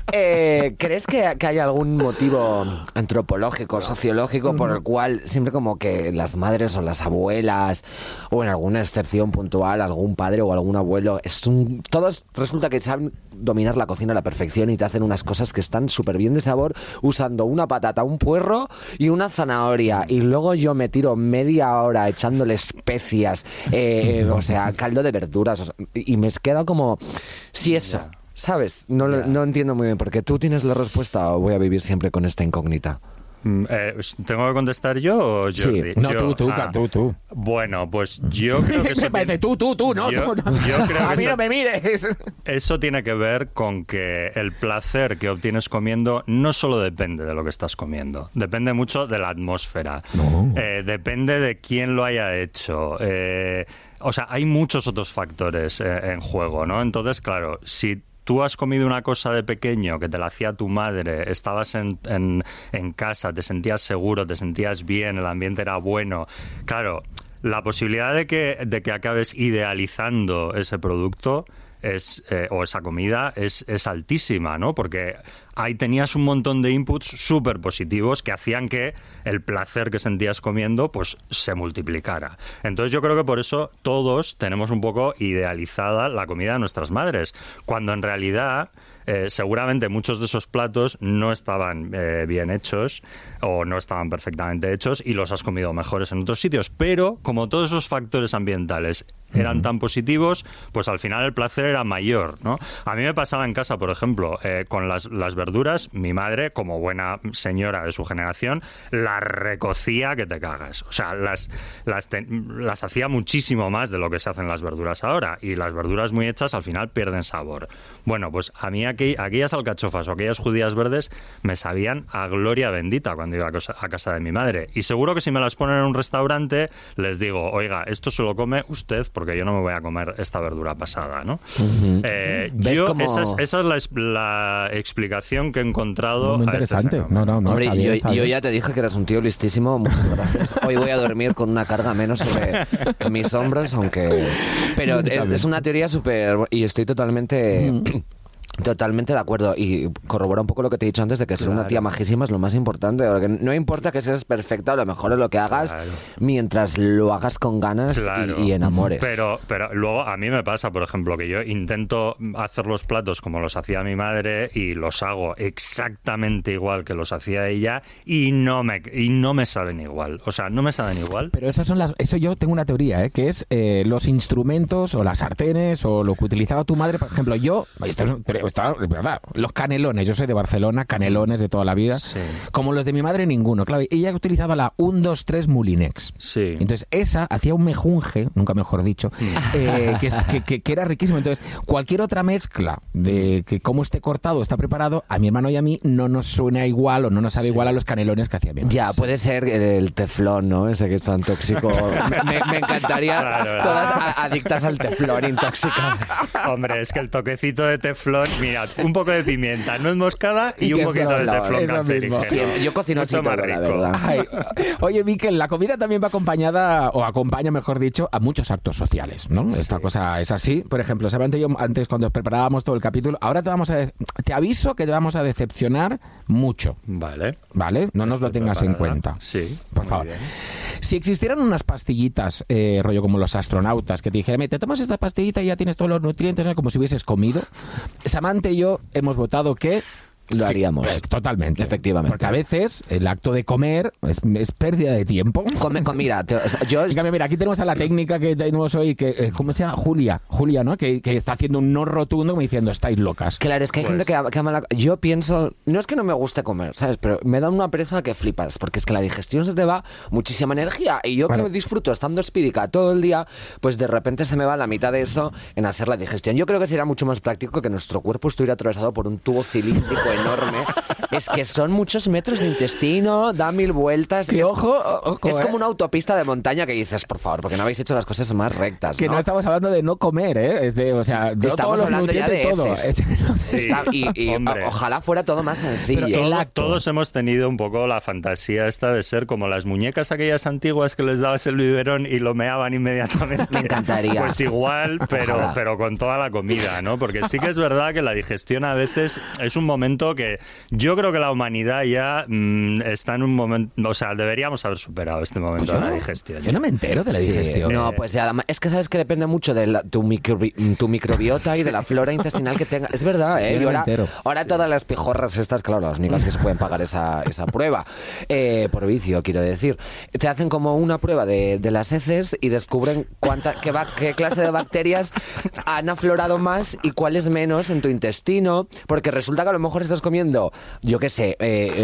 ¿Crees que hay algún motivo antropológico, sociológico, por el cual siempre como que las madres o las abuelas, o en alguna excepción puntual, algún padre o algún abuelo, todos resulta que saben dominar la cocina a la perfección y te hacen unas cosas que están súper bien de sabor usando una patata, un puerro y una zanahoria, y luego yo me tiro media hora echándole especias, o sea, caldo de verduras, o sea, y me queda como si eso, ¿sabes? No entiendo muy bien, porque tú tienes la respuesta o voy a vivir siempre con esta incógnita. ¿Tengo que contestar yo o Jordi? Sí, no, yo. tú. Bueno, pues yo creo que eso Me parece tú, no. Yo creo que a mí eso, no me mires. Eso tiene que ver con que el placer que obtienes comiendo no solo depende de lo que estás comiendo, depende mucho de la atmósfera, depende de quién lo haya hecho. O sea, hay muchos otros factores en juego, ¿no? Entonces, claro, si tú has comido una cosa de pequeño que te la hacía tu madre, estabas en casa, te sentías seguro, te sentías bien, el ambiente era bueno. Claro, la posibilidad de que acabes idealizando ese producto o esa comida es altísima, ¿no? Porque ahí tenías un montón de inputs súper positivos que hacían que el placer que sentías comiendo pues se multiplicara. Entonces yo creo que por eso todos tenemos un poco idealizada la comida de nuestras madres, cuando en realidad seguramente muchos de esos platos no estaban bien hechos o no estaban perfectamente hechos y los has comido mejores en otros sitios, pero como todos esos factores ambientales eran tan positivos, pues al final el placer era mayor, ¿no? A mí me pasaba en casa, por ejemplo, con las verduras, mi madre, como buena señora de su generación, las recocía que te cagas. O sea, las hacía muchísimo más de lo que se hacen las verduras ahora, y las verduras muy hechas al final pierden sabor. Bueno, pues a mí aquellas alcachofas o aquellas judías verdes me sabían a gloria bendita cuando iba a casa de mi madre. Y seguro que si me las ponen en un restaurante, les digo, oiga, esto se lo come usted porque yo no me voy a comer esta verdura pasada, ¿no? Esa es la explicación que he encontrado. Muy a interesante. Este fenómeno. No, Hombre, está bien, yo ya te dije que eres un tío listísimo, muchas gracias. Hoy voy a dormir con una carga menos sobre mis hombros, aunque... Pero es una teoría súper... Y estoy totalmente de acuerdo, y corrobora un poco lo que te he dicho antes de que ser una tía majísima es lo más importante, porque no importa que seas perfecta, lo mejor es lo que hagas mientras lo hagas con ganas y enamores. Pero luego a mí me pasa, por ejemplo, que yo intento hacer los platos como los hacía mi madre y los hago exactamente igual que los hacía ella y no me saben igual. O sea, no me saben igual. Pero eso yo tengo una teoría, que es los instrumentos o las sartenes o lo que utilizaba tu madre. Por ejemplo, verdad, los canelones, yo soy de Barcelona, canelones de toda la vida, como los de mi madre ninguno, claro, ella utilizaba la 1, 2, 3 Moulinex, entonces esa hacía un mejunje, nunca mejor dicho, que era riquísimo. Entonces cualquier otra mezcla de que cómo esté cortado, está preparado, a mi hermano y a mí no nos suena igual o no nos sabe igual a los canelones que hacía mi madre. Ya, puede ser el teflón, ¿no? Ese que es tan tóxico. Me encantaría todas adictas al teflón, intoxicadas. Hombre, es que el toquecito de teflón Mira, un poco de pimienta, nuez moscada y un poquito de teflón cancerígeno. Sí, yo cocino así todo, la verdad. Ay, oye, Miquel, la comida también va acompañada, o acompaña, mejor dicho, a muchos actos sociales, ¿no? Sí. Esta cosa es así. Por ejemplo, ¿sabes? Yo antes, cuando preparábamos todo el capítulo, ahora te aviso que te vamos a decepcionar mucho. Vale. ¿Vale? No nos lo tengas en cuenta. Sí. Por favor. Bien. Si existieran unas pastillitas, rollo como los astronautas, que te dijeran, te tomas esta pastillita y ya tienes todos los nutrientes, ¿no? Como si hubieses comido. Samantha y yo hemos votado que Lo haríamos. Totalmente. Efectivamente. Porque a veces el acto de comer es pérdida de tiempo. Mira, yo... En cambio, mira, aquí tenemos a la técnica que tenemos hoy, que ¿cómo se llama? Julia, ¿no? Que está haciendo un no rotundo como diciendo, estáis locas. Claro, es que hay gente que ama la... Yo pienso... No es que no me guste comer, ¿sabes? Pero me da una pereza que flipas, porque es que la digestión se te va muchísima energía. Y yo que disfruto estando espídica todo el día, pues de repente se me va la mitad de eso en hacer la digestión. Yo creo que sería mucho más práctico que nuestro cuerpo estuviera atravesado por un tubo cilíndrico enorme. Es que son muchos metros de intestino, da 1000 vueltas. Y ojo, es como una autopista de montaña que dices, por favor, porque no habéis hecho las cosas más rectas, Que no estamos hablando de no comer, ¿eh? Es de, o sea, de estamos todos los hablando ya de todo. Sí, y ojalá fuera todo más sencillo. Todos hemos tenido un poco la fantasía esta de ser como las muñecas aquellas antiguas que les dabas el biberón y lo meaban inmediatamente. Me encantaría. Pues igual, pero con toda la comida, ¿no? Porque sí que es verdad que la digestión a veces es un momento que yo creo que la humanidad ya está en un momento, o sea, deberíamos haber superado este momento de la digestión. Yo no me entero de la digestión. No, pues ya, es que sabes que depende mucho de tu microbiota y de la flora intestinal que tenga. Es verdad, ¿eh? Yo no me entero. Ahora todas las pijorras estas, claro, las únicas que se pueden pagar esa prueba, por vicio, quiero decir, te hacen como una prueba de las heces y descubren qué clase de bacterias han aflorado más y cuáles menos en tu intestino, porque resulta que a lo mejor estás comiendo, yo qué sé,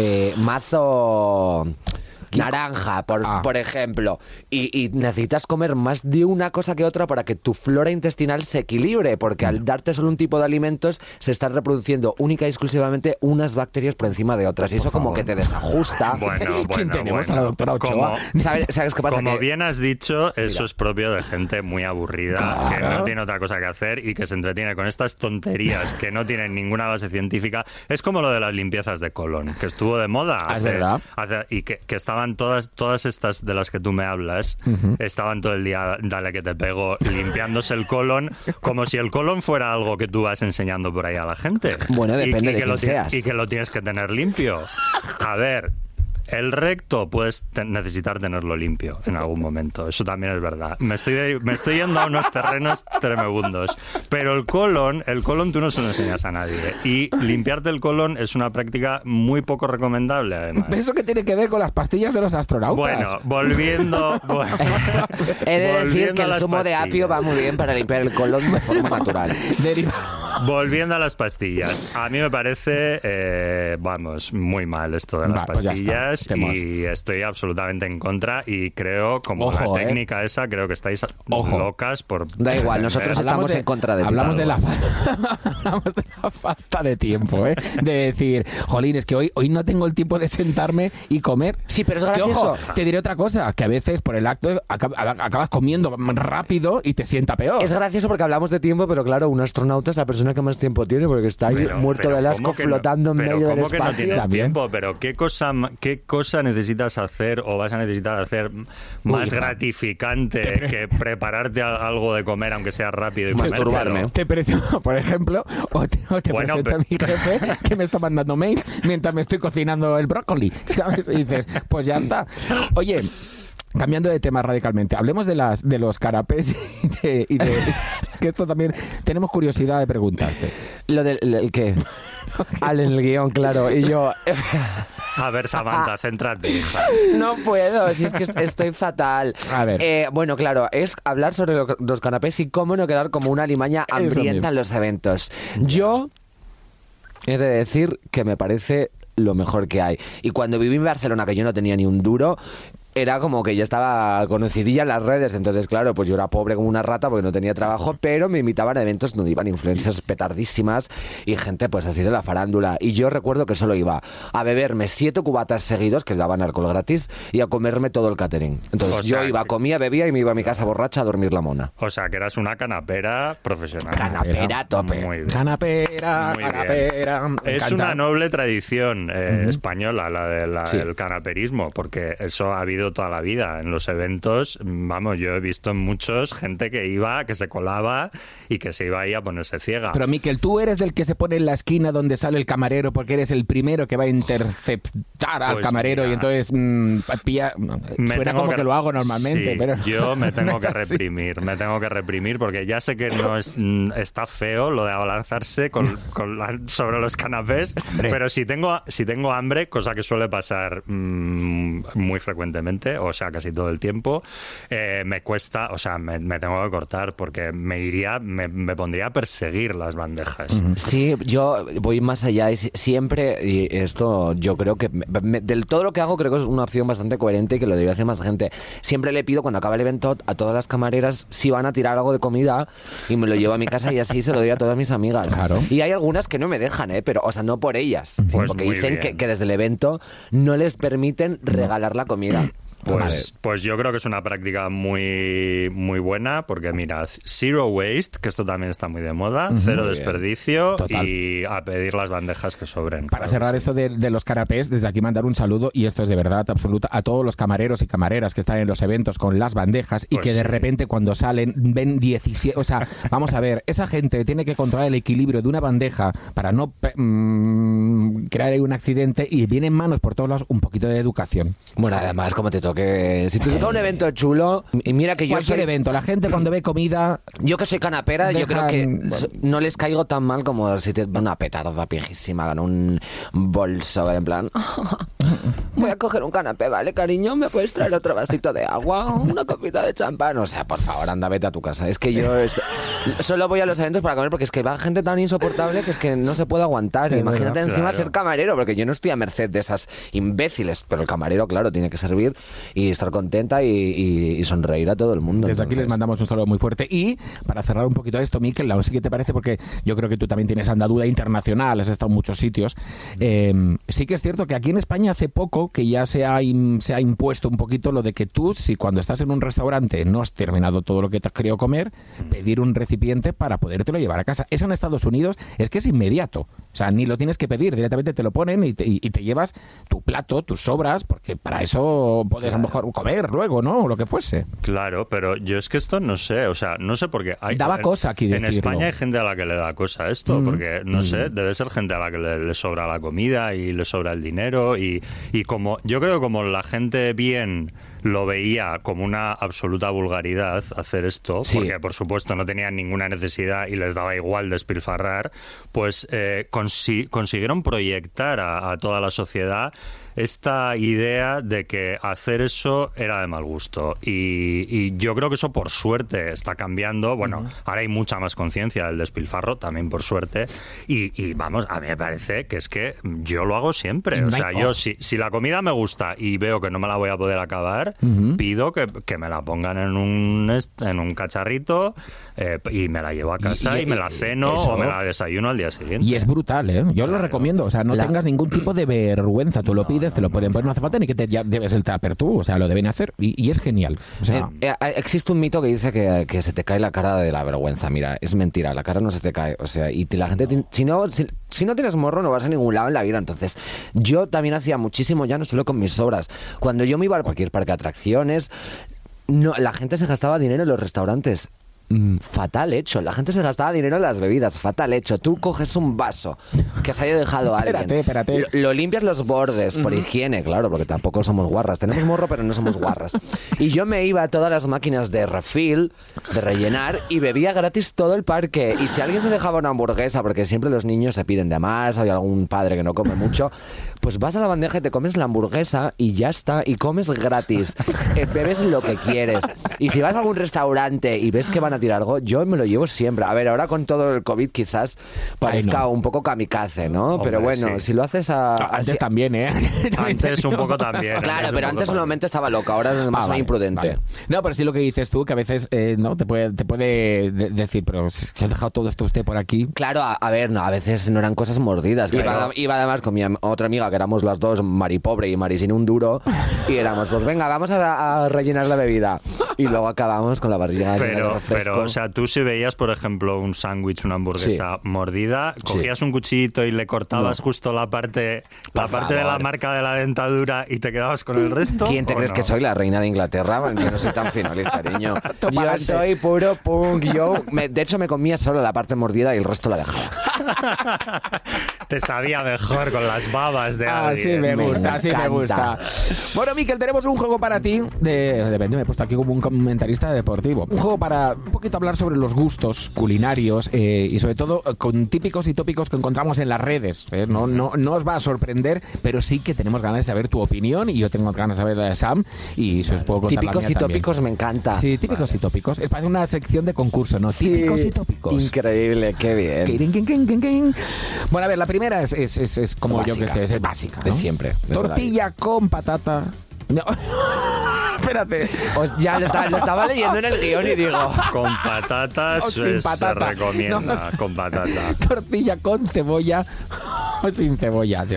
mazo naranja, por ejemplo, y necesitas comer más de una cosa que otra para que tu flora intestinal se equilibre, porque al darte solo un tipo de alimentos se están reproduciendo única y exclusivamente unas bacterias por encima de otras, y eso como que te desajusta. ¿Quién tenemos a la doctora Ochoa? ¿Sabes qué pasa? Como bien has dicho, eso es propio de gente muy aburrida, que no tiene otra cosa que hacer y que se entretiene con estas tonterías que no tienen ninguna base científica. Es como lo de las limpiezas de colon, que estuvo de moda y que estaban todas estas de las que tú me hablas, estaban todo el día, dale que te pego, limpiándose el colon, como si el colon fuera algo que tú vas enseñando por ahí a la gente. Bueno, depende de quién seas. Y que lo tienes que tener limpio. A ver, el recto puedes necesitar tenerlo limpio en algún momento, eso también es verdad. Me estoy yendo a unos terrenos tremebundos, pero el colon tú no se lo enseñas a nadie, y limpiarte el colon es una práctica muy poco recomendable, además. ¿Eso qué tiene que ver con las pastillas de los astronautas? Bueno, volviendo He de decir que el zumo de apio va muy bien para limpiar el colon de forma natural. Volviendo a las pastillas, a mí me parece, muy mal esto de las pastillas. Y estoy absolutamente en contra, y creo, como la técnica esa, creo que estáis locas por... Da igual, nosotros estamos en contra de ti. Hablamos de la falta de tiempo, ¿eh? De decir, jolín, es que hoy no tengo el tiempo de sentarme y comer. Sí, pero es gracioso. Que, ojo, te diré otra cosa, que a veces por el acto acabas comiendo rápido y te sienta peor. Es gracioso porque hablamos de tiempo, pero claro, un astronauta es la persona que más tiempo tiene, porque está ahí muerto del asco, flotando en medio del espacio. Pero ¿cómo que no tienes tiempo? Pero ¿qué cosa necesitas hacer o vas a necesitar hacer más gratificante que prepararte algo de comer, aunque sea rápido, y masturbarme? Te presento, por ejemplo, o te presento a mi jefe que me está mandando mail mientras me estoy cocinando el brócoli, ¿sabes? Y dices, pues ya está. Oye, cambiando de tema radicalmente, hablemos de los canapés y de que esto también tenemos curiosidad de preguntarte. Lo del ¿qué? En el guión, claro, y yo... A ver, Samantha, céntrate, hija. No puedo, si es que estoy fatal. A ver. Bueno, claro, es hablar sobre los canapés y cómo no quedar como una alimaña hambrienta en los eventos. Yo he de decir que me parece lo mejor que hay. Y cuando viví en Barcelona, que yo no tenía ni un duro, era como que yo estaba conocidilla en las redes, entonces claro, pues yo era pobre como una rata porque no tenía trabajo, pero me invitaban a eventos donde iban influencers petardísimas y gente pues así de la farándula. Y yo recuerdo que solo iba a beberme 7 cubatas seguidos, que daban alcohol gratis, y a comerme todo el catering. Entonces yo iba, comía, bebía y me iba a mi casa borracha a dormir la mona. O sea, que eras una canapera profesional. Canapera a tope. Muy bien. Canapera, Muy bien. canapera. Me Es encanta. una noble tradición española, Sí. el canaperismo, porque eso ha habido toda la vida. En los eventos, vamos, yo he visto en muchos gente que iba, que se colaba y que se iba ahí a ponerse ciega. Pero Miquel, tú eres el que se pone en la esquina donde sale el camarero porque eres el primero que va a interceptar al Pues camarero mira, y entonces suena como que lo hago normalmente. Sí, pero yo me tengo no es que así. me tengo que reprimir porque ya sé que no es está feo lo de abalanzarse sobre los canapés, pero si tengo hambre, cosa que suele pasar muy frecuentemente, o sea, casi todo el tiempo, me cuesta, o sea, me tengo que cortar porque me pondría a perseguir las bandejas. Sí, yo voy más allá y siempre, y esto yo creo que del todo lo que hago creo que es una opción bastante coherente y que lo debería hacer más gente. Siempre le pido cuando acaba el evento a todas las camareras si van a tirar algo de comida y me lo llevo a mi casa y así se lo doy a todas mis amigas. Claro. Y hay algunas que no me dejan, pero, o sea, no por ellas, Pues porque muy dicen bien. que desde el evento no les permiten regalar la comida. Pues yo creo que es una práctica muy, muy buena porque, mira, zero waste, que esto también está muy de moda, cero desperdicio Total. y a pedir las bandejas que sobren. Para claro cerrar que sí. esto de los canapés, desde aquí mandar un saludo, y esto es de verdad absoluta, a todos los camareros y camareras que están en los eventos con las bandejas y Pues que de sí. repente cuando salen ven 17... O sea, vamos a ver, esa gente tiene que controlar el equilibrio de una bandeja para no crear ahí un accidente y viene en manos por todos lados un poquito de educación. Bueno, además, como te toque... Si te toca un evento chulo, y mira que yo Cualquier soy... evento, la gente cuando ve comida... Yo que soy canapera, yo creo que Dejan- no les caigo tan mal como si te una petarda pijísima con un bolso en plan... Voy a coger un canapé, ¿vale, cariño? ¿Me puedes traer otro vasito de agua? ¿Una copita de champán? O sea, por favor, anda, vete a tu casa. Es que yo solo voy a los eventos para comer porque es que va gente tan insoportable que es que no se puede aguantar. Es Imagínate verdad. encima Claro. ser camarero, porque yo no estoy a merced de esas imbéciles, pero el camarero, claro, tiene que servir y estar contenta y sonreír a todo el mundo. Desde aquí les Entonces, mandamos un saludo muy fuerte. Y para cerrar un poquito esto, Miquel, no sé qué te parece, porque yo creo que tú también tienes andadura internacional, has estado en muchos sitios. Sí que es cierto que aquí en España hace poco que ya se ha impuesto un poquito lo de que tú, si cuando estás en un restaurante no has terminado todo lo que te has querido comer, pedir un recipiente para podértelo llevar a casa. Eso en Estados Unidos es que es inmediato. O sea, ni lo tienes que pedir, directamente te lo ponen y te llevas tu plato, tus sobras, porque para eso puedes a lo mejor comer luego, ¿no? O lo que fuese. Claro, pero yo es que esto no sé, o sea, no sé por qué. Daba cosa aquí En decirlo. España hay gente a la que le da cosa esto, porque, no sé, debe ser gente a la que le sobra la comida y le sobra el dinero y como, yo creo que como la gente bien lo veía como una absoluta vulgaridad hacer esto, Sí. porque por supuesto no tenían ninguna necesidad y les daba igual despilfarrar, pues consiguieron proyectar a toda la sociedad esta idea de que hacer eso era de mal gusto. Y yo creo que eso por suerte está cambiando. Bueno, ahora hay mucha más conciencia del despilfarro, también por suerte. Y vamos, a mí me parece que es que yo lo hago siempre. O sea, yo si la comida me gusta y veo que no me la voy a poder acabar, pido que me la pongan en un cacharrito y me la llevo a casa y me la ceno eso. o me la desayuno al día siguiente. Y es brutal, ¿eh? Yo lo Claro. recomiendo. O sea, no tengas ningún tipo de vergüenza. Tú lo pides, te lo pueden poner, no hace falta ni que te lleves el tupper tú. O sea, lo deben hacer y es genial. O sea, existe un mito que dice que se te cae la cara de la vergüenza. Mira, es mentira, la cara no se te cae. O sea, y la gente, si no tienes morro, no vas a ningún lado en la vida. Entonces, yo también hacía muchísimo, ya no solo con mis sobras. Cuando yo me iba a cualquier parque de atracciones, la gente se gastaba dinero en los restaurantes. Fatal hecho. La gente se gastaba dinero en las bebidas. Fatal hecho. Tú coges un vaso que se haya dejado alguien. Espérate. Lo limpias los bordes por higiene, claro, porque tampoco somos guarras. Tenemos morro, pero no somos guarras. Y yo me iba a todas las máquinas de refill, de rellenar, y bebía gratis todo el parque. Y si alguien se dejaba una hamburguesa, porque siempre los niños se piden de más, hay algún padre que no come mucho, pues vas a la bandeja y te comes la hamburguesa y ya está. Y comes gratis. Bebes lo que quieres. Y si vas a algún restaurante y ves que van a tirar algo, yo me lo llevo siempre. A ver, ahora con todo el COVID quizás parezca un poco kamikaze, ¿no? Hombre, pero bueno, si lo haces Antes también, ¿eh? Antes un poco también. Claro, pero antes solamente estaba loca, ahora es más imprudente. Vale. No, pero sí lo que dices tú, que a veces no te puede decir, pero ¿se ha dejado todo esto usted por aquí? Claro, a ver, no, a veces no eran cosas mordidas. Claro. Iba además con mi otra amiga, que éramos las dos, Mari Pobre y Mari Sin un duro, y éramos, pues venga, vamos a rellenar la bebida. Y luego acabamos con la barriga llena de refresco. Pero, o sea, tú si veías, por ejemplo, un sándwich, una hamburguesa mordida, cogías un cuchillito y le cortabas justo la parte de la marca de la dentadura y te quedabas con el resto. ¿Quién te crees que soy, la reina de Inglaterra? Yo no soy tan finalista, cariño. Yo soy puro punk. De hecho, me comía solo la parte mordida y el resto la dejaba. Te sabía mejor con las babas de alguien. Así me gusta, así me gusta. Bueno, Miquel, tenemos un juego para ti. De repente me he puesto aquí como un comentarista deportivo. Un juego para un poquito hablar sobre los gustos culinarios y sobre todo con típicos y tópicos que encontramos en las redes. No os va a sorprender, pero sí que tenemos ganas de saber tu opinión y yo tengo ganas de saber la de Sam y si os puedo contar típicos la mía y tópicos me encanta. Sí, típicos y tópicos. Es para una sección de concurso, ¿no? Sí, típicos y tópicos. Increíble, qué bien. Bueno, a ver, la primera es como básica, yo que sé, es básica, ¿no? De siempre. Tortilla con patata. No. Espérate. Ya lo estaba leyendo en el guión y digo... Con patatas sin patata. Se recomienda, con patata. Tortilla con cebolla o sin cebolla.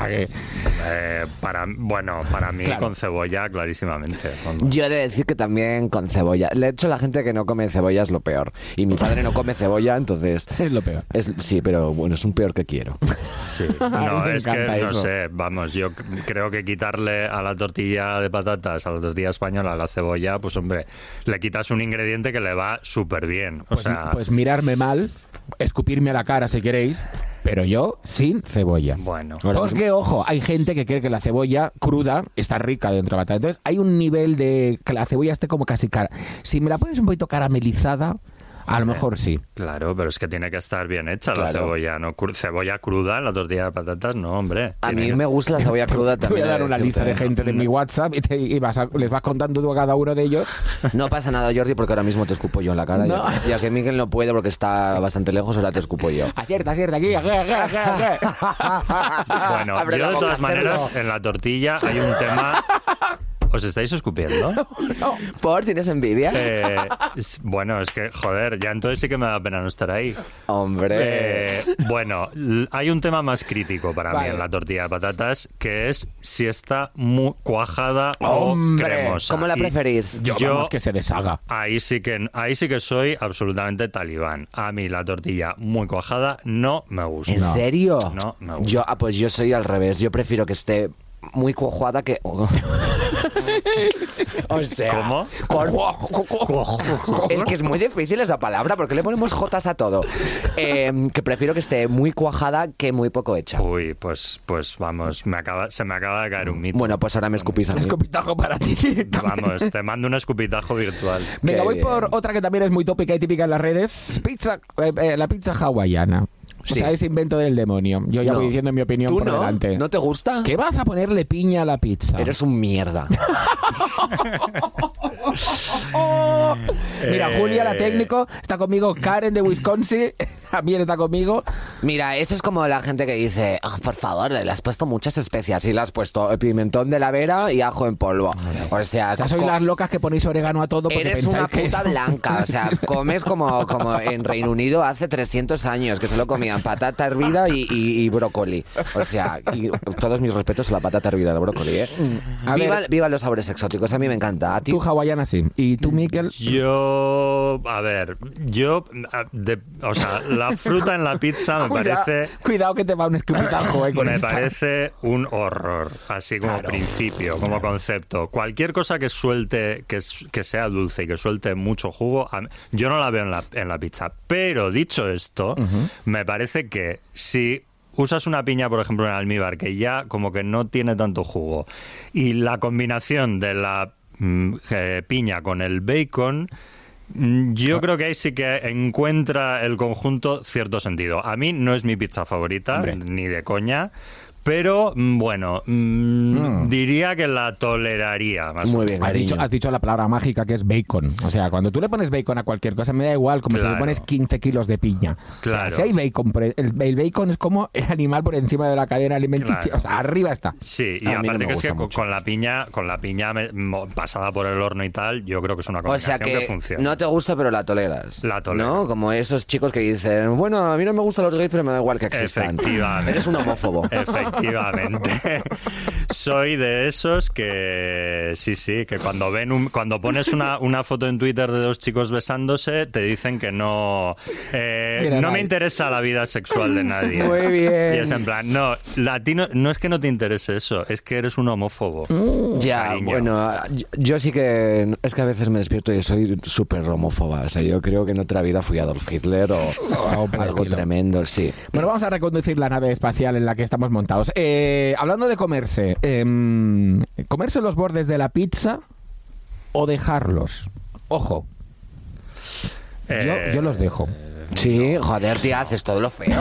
Para mí claro. Con cebolla, clarísimamente. Yo he de decir que también con cebolla. De hecho, la gente que no come cebolla es lo peor. Y mi padre no come cebolla, entonces... Es lo peor. Sí, pero bueno, es un peor que quiero. Sí. No, es que, no sé, vamos, yo creo que quitarle a la tortilla de patatas, a la tortilla española, a la cebolla, pues hombre, le quitas un ingrediente que le va súper bien. Pues mirarme mal, escupirme a la cara si queréis, pero yo sin cebolla. Bueno. Porque, ojo, hay gente que cree que la cebolla cruda está rica dentro de la patata. Entonces, hay un nivel de que la cebolla esté como casi cara. Si me la pones un poquito caramelizada, a lo mejor sí. Claro, pero es que tiene que estar bien hecha la Claro. cebolla. ¿No? Cebolla cruda en la tortilla de patatas, no, hombre. A mí me gusta la cebolla cruda Te voy también. a dar una lista de gente de mi WhatsApp y les vas contando tú a cada uno de ellos. No pasa nada, Jordi, porque ahora mismo te escupo yo en la cara. No. Ya que Miguel no puede porque está bastante lejos, ahora te escupo yo. Acierta, aquí. Bueno, Abre yo la de boca, todas maneras, cerdo. en la tortilla hay un tema... ¿Os estáis escupiendo? No. ¿Por? ¿Tienes envidia? Bueno, es que, joder, ya entonces sí que me da pena no estar ahí. Hombre. Bueno, hay un tema más crítico para mí en la tortilla de patatas, que es si está muy cuajada Hombre, o cremosa. ¿Cómo la preferís? Yo vamos, que se deshaga. Ahí sí que soy absolutamente talibán. A mí la tortilla muy cuajada no me gusta. ¿En serio? No me gusta. Pues yo soy al revés. Yo prefiero que esté muy cuajada que... O sea... ¿Cómo? Es que es muy difícil esa palabra, porque le ponemos jotas a todo. Que prefiero que esté muy cuajada que muy poco hecha. Uy, pues vamos, se me acaba de caer un mito. Bueno, pues ahora me escupís a mí. Escupitajo para ti. Vamos, te mando un escupitajo virtual. Venga, Qué voy bien. por otra que también es muy tópica y típica en las redes. La pizza hawaiana. O sea, es invento del demonio. Yo ya voy diciendo mi opinión ¿Tú por no? delante. ¿No te gusta? ¿Qué vas a ponerle piña a la pizza? Eres un mierda. Mira, Julia, la técnico, está conmigo. Karen de Wisconsin también está conmigo. Mira, eso es como la gente que dice, por favor, le has puesto muchas especias y le has puesto pimentón de la Vera y ajo en polvo. O sea, Sois las locas que ponéis orégano a todo porque eres pensáis una que puta eso- blanca. O sea, comes como en Reino Unido hace 300 años, que solo comían patata hervida y brócoli. O sea, y todos mis respetos a la patata hervida y el brócoli, ¿eh? Viva los sabores exóticos, a mí me encanta. ¿A ti? Tú hawaiana sí. ¿Y tú, Miquel? O sea, la fruta en la pizza me parece... Cuidado que te va un escupitajo con Me esta. parece un horror, así como principio, como concepto. Cualquier cosa que suelte, que sea dulce y que suelte mucho jugo, yo no la veo en la pizza. Pero dicho esto, me parece que si usas una piña, por ejemplo, en almíbar, que ya como que no tiene tanto jugo, y la combinación de la piña con el bacon... Yo creo que ahí sí que encuentra el conjunto cierto sentido. A mí no es mi pizza favorita, ni de coña, pero bueno, diría que la toleraría más Muy o bien, menos. Has dicho la palabra mágica que es bacon. O sea, cuando tú le pones bacon a cualquier cosa, me da igual, como si le pones 15 kilos de piña. Claro. O sea, si hay bacon, el bacon es como el animal por encima de la cadena alimenticia. Claro. O sea, arriba está. Sí, y A mí no aparte me que es que gusta mucho. con la piña pasada por el horno y tal, yo creo que es una O sea combinación que funciona. no te gusta, pero la toleras. La tolero. ¿No? Como esos chicos que dicen, bueno, a mí no me gustan los gays, pero me da igual que existan. Efectivamente. Eres un homófobo. Efectivamente. Soy de esos que sí, que cuando pones una foto en Twitter de dos chicos besándose, te dicen que no me interesa la vida sexual de nadie. Muy bien. Y es en plan, no a ti no es que no te interese eso, es que eres un homófobo. Ya, Cariño. bueno, yo sí que... Es que a veces me despierto y soy súper homófoba. O sea, yo creo que en otra vida fui Adolf Hitler o por el algo estilo. tremendo, sí. Bueno, vamos a reconducir la nave espacial en la que estamos montados. Hablando de comerse, ¿comerse los bordes de la pizza o dejarlos? Ojo, yo los dejo. Sí, joder, tía, haces todo lo feo.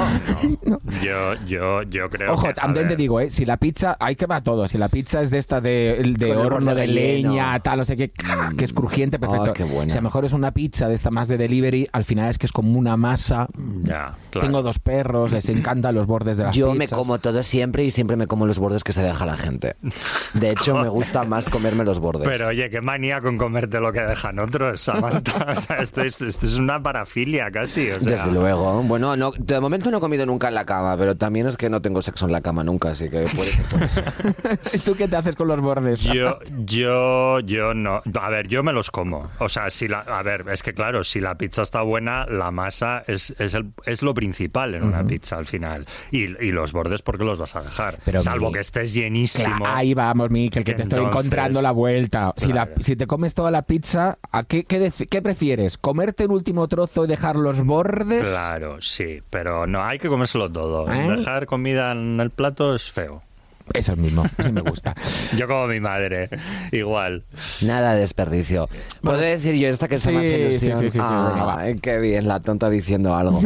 Yo creo Ojo, que... a también te ver, digo, si la pizza, hay que va todo. Si la pizza es de esta de Con el horno borde de relleno. leña, tal, no sé qué, que es crujiente, perfecto. Ay, qué buena. Si a lo mejor es una pizza de esta más de delivery, al final es que es como una masa. Ya, claro. Tengo 2 perros, les encantan los bordes de las Yo pizzas. me como todo siempre y siempre me como los bordes que se deja la gente. De hecho, me gusta más comerme los bordes. Pero oye, qué manía con comerte lo que dejan otros, Samantha. O sea, esto es una parafilia casi. O sea, Desde luego. Bueno, no, de momento no he comido nunca en la cama, pero también es que no tengo sexo en la cama nunca, así que puede ser por eso. ¿Y tú qué te haces con los bordes? Yo no. A ver, yo me los como. O sea, a ver, es que claro, si la pizza está buena, la masa es lo principal en una pizza al final. Y los bordes, ¿por qué los vas a dejar? Pero, salvo Miki, que estés llenísimo. Claro, ahí vamos, Mikel, que te estoy Entonces, encontrando la vuelta. claro. Si te comes toda la pizza, ¿qué prefieres? ¿Comerte el último trozo y dejar los bordes? Claro, sí, pero no, hay que comérselo todo. ¿Eh? Dejar comida en el plato es feo. Eso es mismo, sí me gusta. Yo como mi madre, igual. Nada de desperdicio. ¿Puedo decir yo esta que se me hace ilusión? sí, venga, va. Ay, qué bien, la tonta diciendo algo.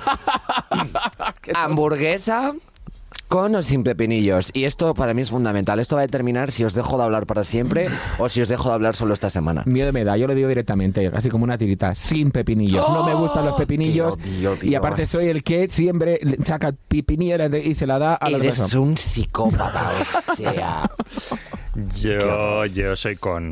Hamburguesa con o sin pepinillos. Y esto para mí es fundamental. Esto va a determinar si os dejo de hablar para siempre o si os dejo de hablar solo esta semana. Miedo me da, yo lo digo directamente, así como una tirita, sin pepinillos. No me gustan los pepinillos. qué odio, Y aparte Dios. soy el que siempre saca pepinillo y se la da a la otra Eres persona. un psicópata, o sea... Yo soy con.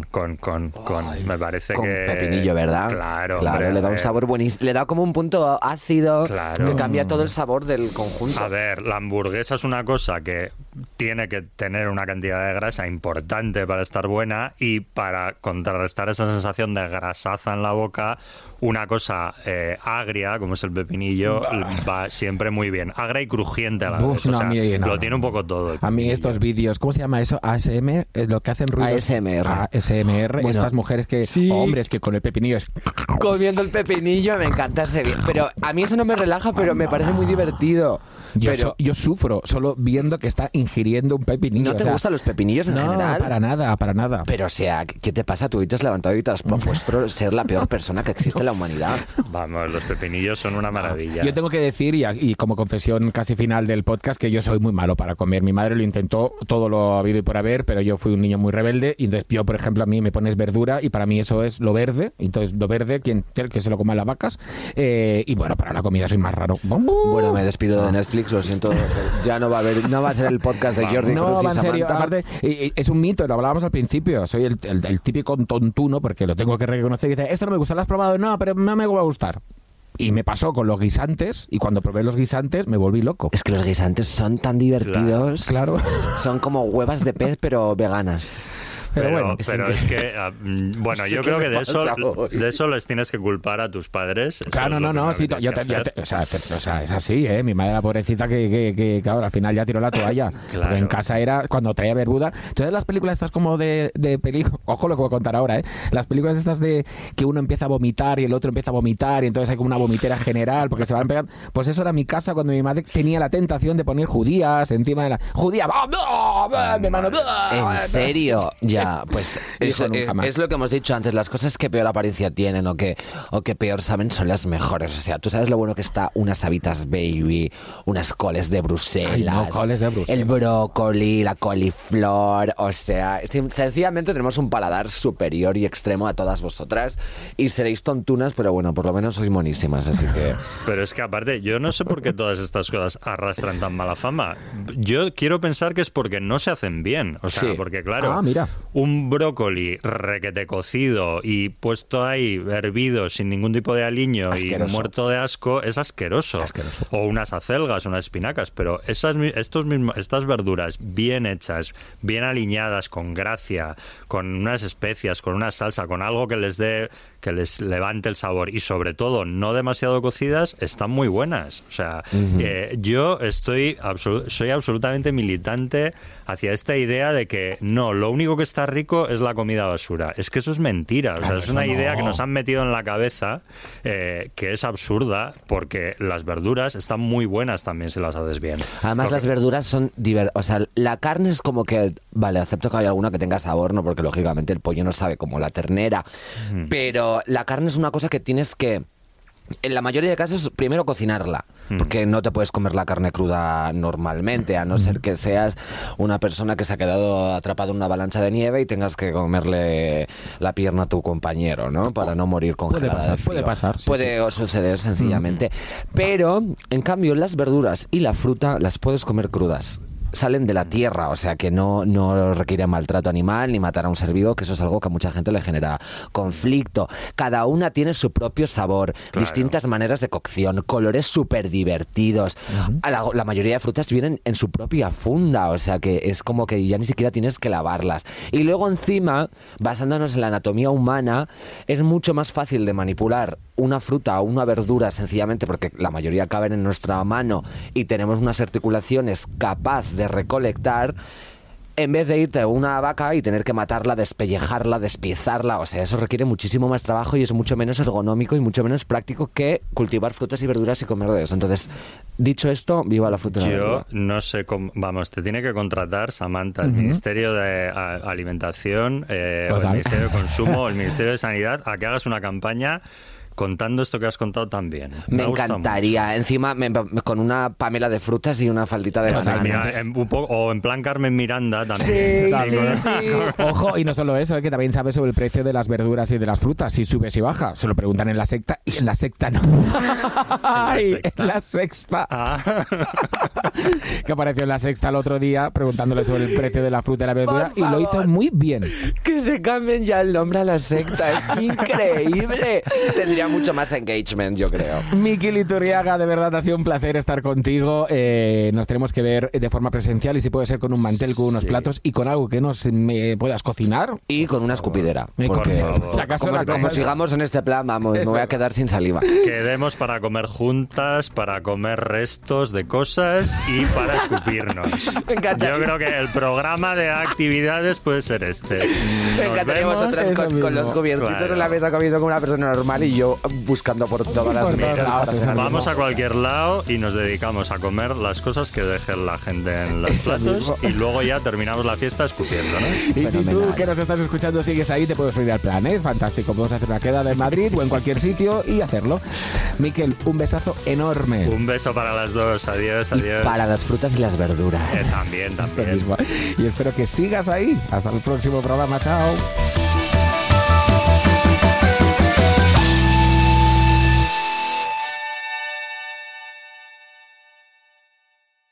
Me parece Con que. pepinillo, ¿verdad? Claro, Claro, hombre, le da a un ver. sabor buenísimo. Le da como un punto ácido Claro. que cambia todo el sabor del conjunto. A ver, la hamburguesa es una cosa que tiene que tener una cantidad de grasa importante para estar buena, y para contrarrestar esa sensación de grasaza en la boca, una cosa agria, como es el pepinillo, va siempre muy bien. Agria y crujiente a la Uf, vez. no, O sea, a mí no. lo tiene un poco todo. el A mí pepinillo. estos vídeos, ¿cómo se llama eso? ASMR, lo que hacen ruidos. ASMR. ASMR, Bueno, estas mujeres que, sí. hombres que con el pepinillo es... Comiendo el pepinillo, me encanta ese vídeo. Pero a mí eso no me relaja, pero me parece muy divertido. Pero Yo sufro solo viendo que está ingiriendo un pepinillo. ¿no te o sea, gustan los pepinillos en no, general? para nada. Pero, o sea, ¿qué te pasa? Tú hoy te has levantado y te has propuesto ser la peor persona que existe en la humanidad. Vamos, los pepinillos son una maravilla. Yo tengo que decir, y como confesión casi final del podcast, que yo soy muy malo para comer. Mi madre lo intentó, todo lo ha habido y por haber, pero yo fui un niño muy rebelde, y entonces yo, por ejemplo, a mí me pones verdura y para mí eso es lo verde, entonces lo verde, que se lo coman las vacas, y bueno, para la comida soy más raro. Bueno, me despido de Netflix, lo siento. Ya no va a ser el podcast de Jordi No, Cruz y va en serio. Samantha. Aparte, es un mito, lo hablábamos al principio. Soy el típico tontuno, porque lo tengo que reconocer. Y dice, esto no me gusta, ¿lo has probado? No, pero no me va a gustar. Y me pasó con los guisantes, y cuando probé los guisantes me volví loco. Es que los guisantes son tan divertidos. Claro. Son como huevas de pez, pero veganas. Pero bueno, pero es que, bueno, Sí yo que creo me que pasa hoy. de eso les tienes que culpar a tus padres. Eso claro, es lo no, primero sí, que tienes que hacer. o sea, es así, ¿eh? Mi madre, la pobrecita, que claro, al final ya tiró la toalla. Claro. Porque en casa era cuando traía verduda. Entonces las películas estas como de película, ojo lo que voy a contar ahora, ¿eh? Las películas estas de que uno empieza a vomitar y el otro empieza a vomitar y entonces hay como una vomitera general porque se van pegando. Pues eso era mi casa cuando mi madre tenía la tentación de poner judías encima de la... ¡Judía! Mi mano... ¿En serio? Ya. Ya, pues Dijo, nunca más. es lo que hemos dicho antes, las cosas que peor apariencia tienen o que peor saben son las mejores. O sea, tú sabes lo bueno que está unas habitas baby, unas coles de Bruselas, Ay, no, coles de Bruselas. el brócoli, la coliflor, o sea, sencillamente tenemos un paladar superior y extremo a todas vosotras y seréis tontunas, pero bueno, por lo menos sois monísimas, así que... Pero es que aparte, yo no sé por qué todas estas cosas arrastran tan mala fama. Yo quiero pensar que es porque no se hacen bien. O sea, Sí. porque claro, Mira. un brócoli requete cocido y puesto ahí hervido sin ningún tipo de aliño Asqueroso. y muerto de asco es asqueroso. O unas acelgas, unas espinacas, pero estas verduras bien hechas, bien aliñadas, con gracia, con unas especias, con una salsa, con algo que les levante el sabor y sobre todo no demasiado cocidas, están muy buenas. O sea, yo soy absolutamente militante hacia esta idea de que no, lo único que está rico es la comida basura. Es que eso es mentira. O sea, Claro, es una eso idea no. que nos han metido en la cabeza que es absurda porque las verduras están muy buenas también si las haces bien. Además, las verduras son o sea, la carne es como que, vale, acepto que hay alguna que tenga sabor, ¿no? Porque lógicamente el pollo no sabe como la ternera. Pero la carne es una cosa que tienes que, en la mayoría de casos, primero cocinarla. Porque no te puedes comer la carne cruda normalmente, a no ser que seas una persona que se ha quedado atrapada en una avalancha de nieve y tengas que comerle la pierna a tu compañero, ¿no? Para no morir congelada de frío. Puede pasar, sí, Puede suceder sencillamente. Pero, en cambio, las verduras y la fruta las puedes comer crudas. Salen de la tierra, o sea que no requiere maltrato animal ni matar a un ser vivo, que eso es algo que a mucha gente le genera conflicto. Cada una tiene su propio sabor, distintas maneras de cocción, colores súper divertidos. La mayoría de frutas vienen en su propia funda, o sea que es como que ya ni siquiera tienes que lavarlas. Y luego encima, basándonos en la anatomía humana, es mucho más fácil de manipular una fruta o una verdura sencillamente porque la mayoría caben en nuestra mano y tenemos unas articulaciones capaz de recolectar, en vez de irte a una vaca y tener que matarla, despellejarla, despiezarla. O sea, eso requiere muchísimo más trabajo y es mucho menos ergonómico y mucho menos práctico que cultivar frutas y verduras y comer de eso. Entonces, dicho esto, viva la fruta y la verdura. Yo no sé cómo, vamos, te tiene que contratar, Samantha, el Ministerio de Alimentación, o el Ministerio de Consumo, o el Ministerio de Sanidad, a que hagas una campaña contando esto que has contado tan bien. Me gusta encantaría. Encima, con una Pamela de frutas y una faldita de mucho. bananas. O en plan Carmen Miranda también. Sí. Ojo, y no solo eso, que también sabes sobre el precio de las verduras y de las frutas, si sube, si baja. Se lo preguntan en la secta y en la secta no. Ay, en la sexta. Que apareció en la sexta el otro día preguntándole sobre el precio de la fruta y la verdura y lo hizo muy bien. Que se cambien ya el nombre a la secta. Es increíble. Tendría mucho más engagement, yo creo. Miki Liturriaga, de verdad ha sido un placer estar contigo. Nos tenemos que ver de forma presencial y si puede ser con un mantel, con unos platos y con algo que me puedas cocinar. Y con una escupidera. Por Porque favor. Si acaso como, la cosa como es- sigamos en este plan, vamos, me voy a quedar sin saliva. Quedemos para comer juntas, para comer restos de cosas y para escupirnos. Me encantaría. Yo creo que el programa de actividades puede ser este. Me Nos encantaría vemos. vosotras eso con mismo. los cubiertitos Claro. en la mesa comiendo como una persona normal y yo buscando por todas las Por todos mesas. lados, para eso cenar. Vamos a cualquier lado y nos dedicamos a comer las cosas que deje la gente en los Eso platos mismo. y luego ya terminamos la fiesta escupiendo, ¿no? Y si tú Fenomenal. que nos estás escuchando sigues ahí, te puedes unir al plan, ¿eh? Es fantástico. Podemos hacer una quedada en Madrid o en cualquier sitio y hacerlo. Miquel, un besazo enorme. Un beso para las dos. Adiós, Y adiós. para las frutas y las verduras. También, Eso también. mismo. Y espero que sigas ahí. Hasta el próximo programa. Chao.